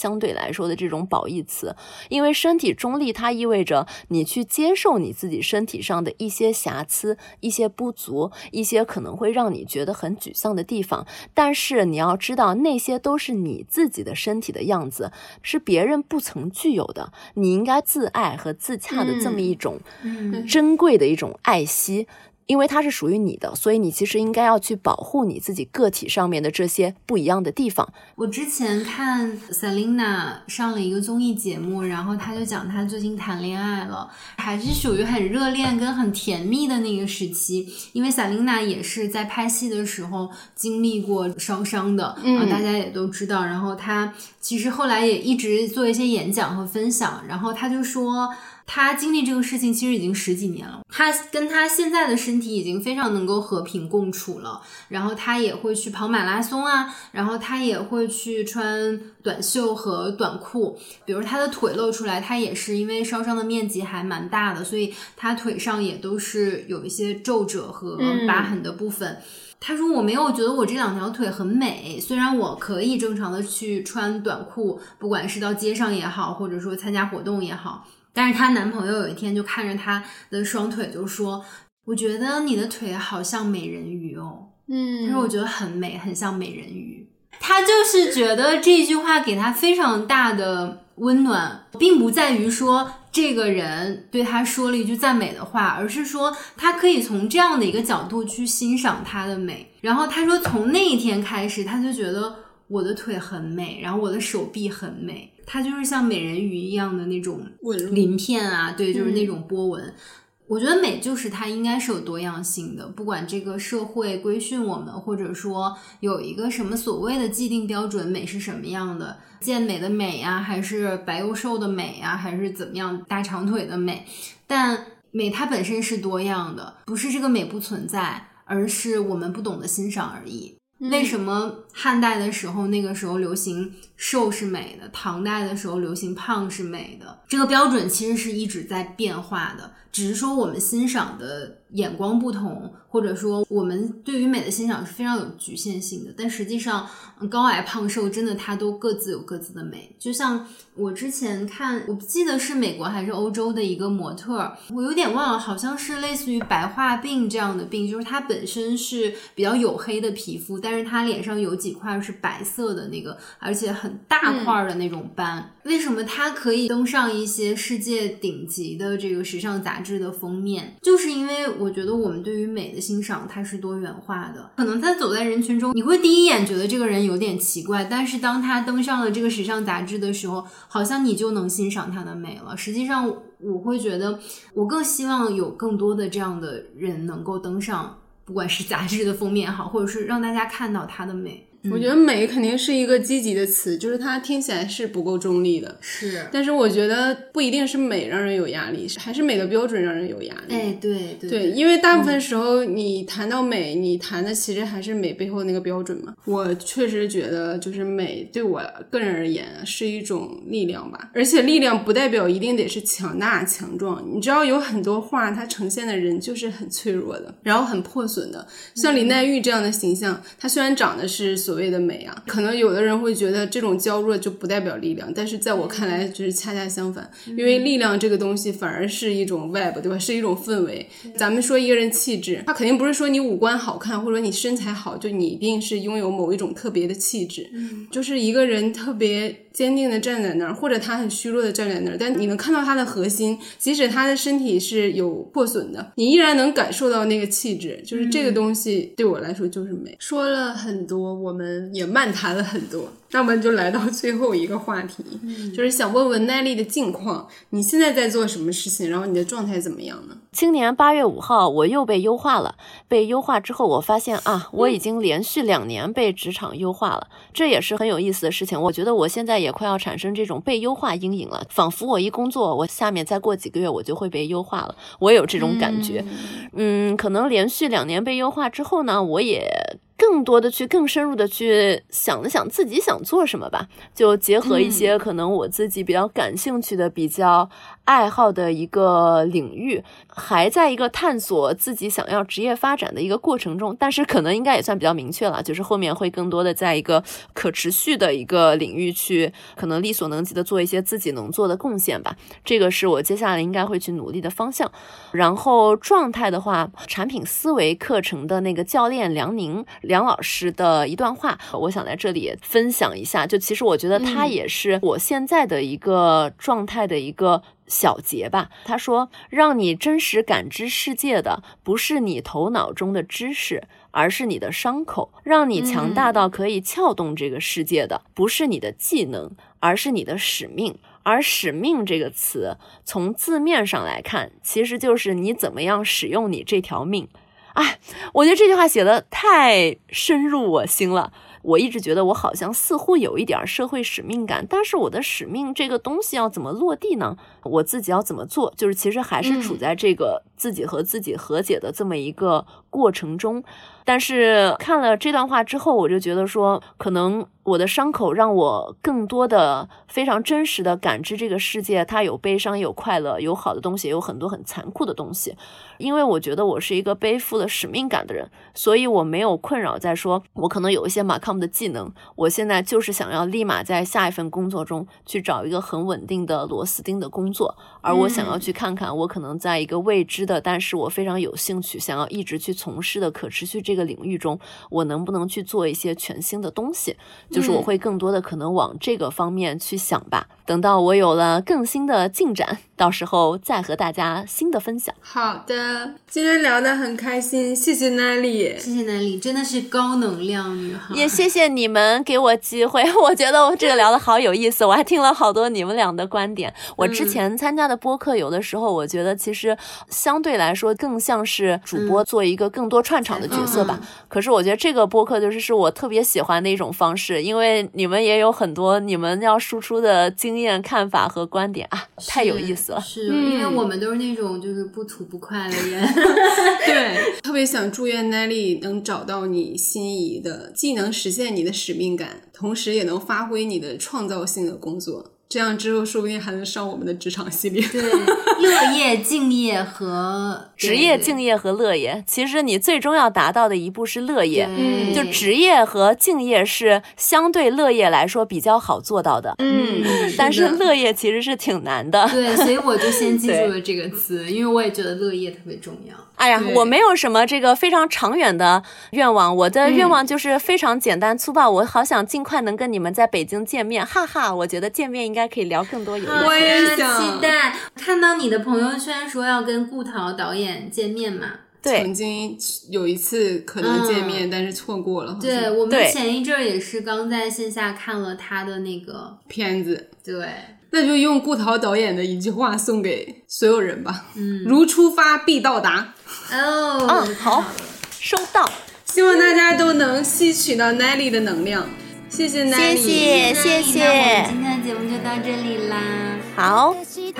相对来说的这种褒义词。因为身体中立它意味着你去接受你自己身体上的一些瑕疵，一些不足，一些可能会让你觉得很沮丧的地方，但是你要知道那些都是你自己的身体的样子，是别人不曾具有的，你应该自爱和自洽的这么一种珍贵的一种爱惜，因为它是属于你的，所以你其实应该要去保护你自己个体上面的这些不一样的地方。 我之前看 Selina 上了一个综艺节目，然后她就讲她最近谈恋爱了，还是属于很热恋跟很甜蜜的那个时期，因为 Selina 也是在拍戏的时候经历过烧伤的，大家也都知道，然后她其实后来也一直做一些演讲和分享，然后她就说他经历这个事情其实已经10几年了，他跟他现在的身体已经非常能够和平共处了，然后他也会去跑马拉松啊，然后他也会去穿短袖和短裤，比如他的腿露出来，他也是因为烧伤的面积还蛮大的，所以他腿上也都是有一些皱褶和疤痕的部分。他说我没有觉得我这2条腿很美，虽然我可以正常的去穿短裤，不管是到街上也好，或者说参加活动也好，但是她男朋友有一天就看着她的双腿就说，我觉得你的腿好像美人鱼哦。他说我觉得很美，很像美人鱼。他就是觉得这句话给他非常大的温暖，并不在于说这个人对他说了一句赞美的话，而是说他可以从这样的一个角度去欣赏他的美。然后他说从那一天开始，他就觉得我的腿很美，然后我的手臂很美，它就是像美人鱼一样的那种鳞片啊，对，就是那种波纹。我觉得美就是它应该是有多样性的，不管这个社会规训我们，或者说有一个什么所谓的既定标准，美是什么样的，健美的美啊，还是白又瘦的美啊，还是怎么样大长腿的美，但美它本身是多样的，不是这个美不存在，而是我们不懂得欣赏而已。为什么汉代的时候那个时候流行瘦是美的，唐代的时候流行胖是美的，这个标准其实是一直在变化的，只是说我们欣赏的眼光不同，或者说我们对于美的欣赏是非常有局限性的，但实际上高矮胖瘦真的它都各自有各自的美。就像我之前看，我不记得是美国还是欧洲的一个模特，我有点忘了，好像是类似于白化病这样的病，就是它本身是比较黝黑的皮肤，但是它脸上有几块是白色的那个，而且很大块的那种斑。为什么它可以登上一些世界顶级的这个时尚杂志的封面？就是因为我觉得我们对于美的欣赏它是多元化的，可能他走在人群中，你会第一眼觉得这个人有点奇怪，但是当他登上了这个时尚杂志的时候，好像你就能欣赏他的美了。实际上我会觉得我更希望有更多的这样的人能够登上不管是杂志的封面也好，或者是让大家看到他的美。 我觉得美肯定是一个积极的词，就是它听起来是不够中立的， 是， 但是我觉得不一定是美让人有压力，还是美的标准让人有压力。 哎，对， 因为大部分时候你谈到美，你谈的其实还是美背后那个标准嘛。我确实觉得就是美对我个人而言是一种力量吧，而且力量不代表一定得是强大强壮，你知道有很多画它呈现的人就是很脆弱的，然后很破损的，像林黛玉这样的形象，她虽然长得是所谓的美啊，可能有的人会觉得这种娇弱就不代表力量，但是在我看来就是恰恰相反，因为力量这个东西反而是一种 vibe， 对吧？是一种氛围。咱们说一个人气质，他肯定不是说你五官好看或者你身材好就你一定是拥有某一种特别的气质，就是一个人特别坚定的站在那儿，或者他很虚弱的站在那儿，但你能看到他的核心，即使他的身体是有破损的，你依然能感受到那个气质，就是这个东西对我来说就是美。说了很多，我们也漫谈了很多，那我们就来到最后一个话题，就是想问问奈丽的近况，你现在在做什么事情，然后你的状态怎么样呢？ 今年8月5号我又被优化了，被优化之后我发现啊，我已经连续2年被职场优化了，这也是很有意思的事情。我觉得我现在也快要产生这种被优化阴影了，仿佛我一工作，我下面再过几个月我就会被优化了，我也有这种感觉。可能连续2年被优化之后呢，我也更更多的去更深入的去想了想自己想做什么吧，就结合一些可能我自己比较感兴趣的比较爱好的一个领域，还在一个探索自己想要职业发展的一个过程中，但是可能应该也算比较明确了，就是后面会更多的在一个可持续的一个领域去可能力所能及的做一些自己能做的贡献吧，这个是我接下来应该会去努力的方向。然后状态的话，产品思维课程的那个教练梁老师的一段话，我想在这里也分享一下，就其实我觉得他也是我现在的一个状态的一个小结吧。他说，让你真实感知世界的不是你头脑中的知识，而是你的伤口；让你强大到可以撬动这个世界的不是你的技能，而是你的使命。而使命这个词从字面上来看，其实就是你怎么样使用你这条命。哎，我觉得这句话写的太深入我心了。我一直觉得我好像似乎有一点社会使命感，但是我的使命这个东西要怎么落地呢？我自己要怎么做？就是其实还是处在这个自己和自己和解的这么一个过程中。但是看了这段话之后，我就觉得说，可能我的伤口让我更多的非常真实的感知这个世界，它有悲伤，有快乐，有好的东西，也有很多很残酷的东西。因为我觉得我是一个背负了使命感的人，所以我没有困扰在说我可能有一些马康的技能，我现在就是想要立马在下一份工作中去找一个很稳定的螺丝钉的工作，而我想要去看看我可能在一个未知的但是我非常有兴趣想要一直去从事的可持续这个领域中，我能不能去做一些全新的东西，就是我会更多的可能往这个方面去想吧。等到我有了更新的进展，到时候再和大家新的分享。 好的，今天聊得很开心，谢谢奈丽， 谢谢奈丽，真的是高能量女孩。 也谢谢你们给我机会，我觉得我这个聊得好有意思，我还听了好多你们俩的观点。我之前参加的播客，有的时候我觉得其实相对来说更像是主播做一个更多串场的角色吧。可是我觉得这个播客是我特别喜欢的一种方式，因为你们也有很多你们要输出的经验、看法和观点啊，太有意思了。 是因为我们都是那种就是不吐不快的人。 对，特别想祝愿奈丽能找到你心仪的，既能实现你的使命感，同时也能发挥你的创造性的工作。这样之后说不定还能上我们的职场系列。 对，乐业、敬业和职业、敬业和乐业，其实你最终要达到的一步是乐业。就职业和敬业是相对乐业来说比较好做到的。但是乐业其实是挺难的。 对，所以我就先记住了这个词，因为我也觉得乐业特别重要。 哎呀，我没有什么这个非常长远的愿望，我的愿望就是非常简单粗暴，我好想尽快能跟你们在北京见面，哈哈，我觉得见面应该可以聊更多有意思的。 我也想期待看到你的朋友圈说要跟顾桃导演见面嘛。 对， 曾经有一次可能见面，但是错过了。 对，我们前一阵也是刚在线下看了他的那个片子。 对， 那就用顾桃导演的一句话送给所有人吧。如出发必到达。 好，收到。 希望大家都能吸取到奈丽的能量。谢谢奈丽， 谢谢。 那我们今天的节目就到这里啦。 好。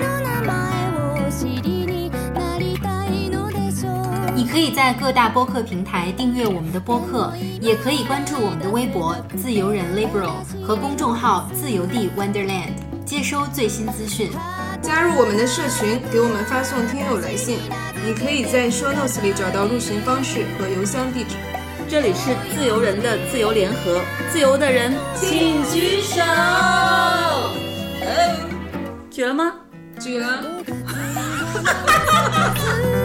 你可以在各大播客平台订阅我们的播客，也可以关注我们的微博自由人 Liberal 和公众号自由地 Wonderland， 接收最新资讯。 加入我们的社群，给我们发送听友来信。你可以在 show notes 里找到入群方式和邮箱地址。 这里是自由人的自由联合，自由的人请举手。举了吗？ 举了。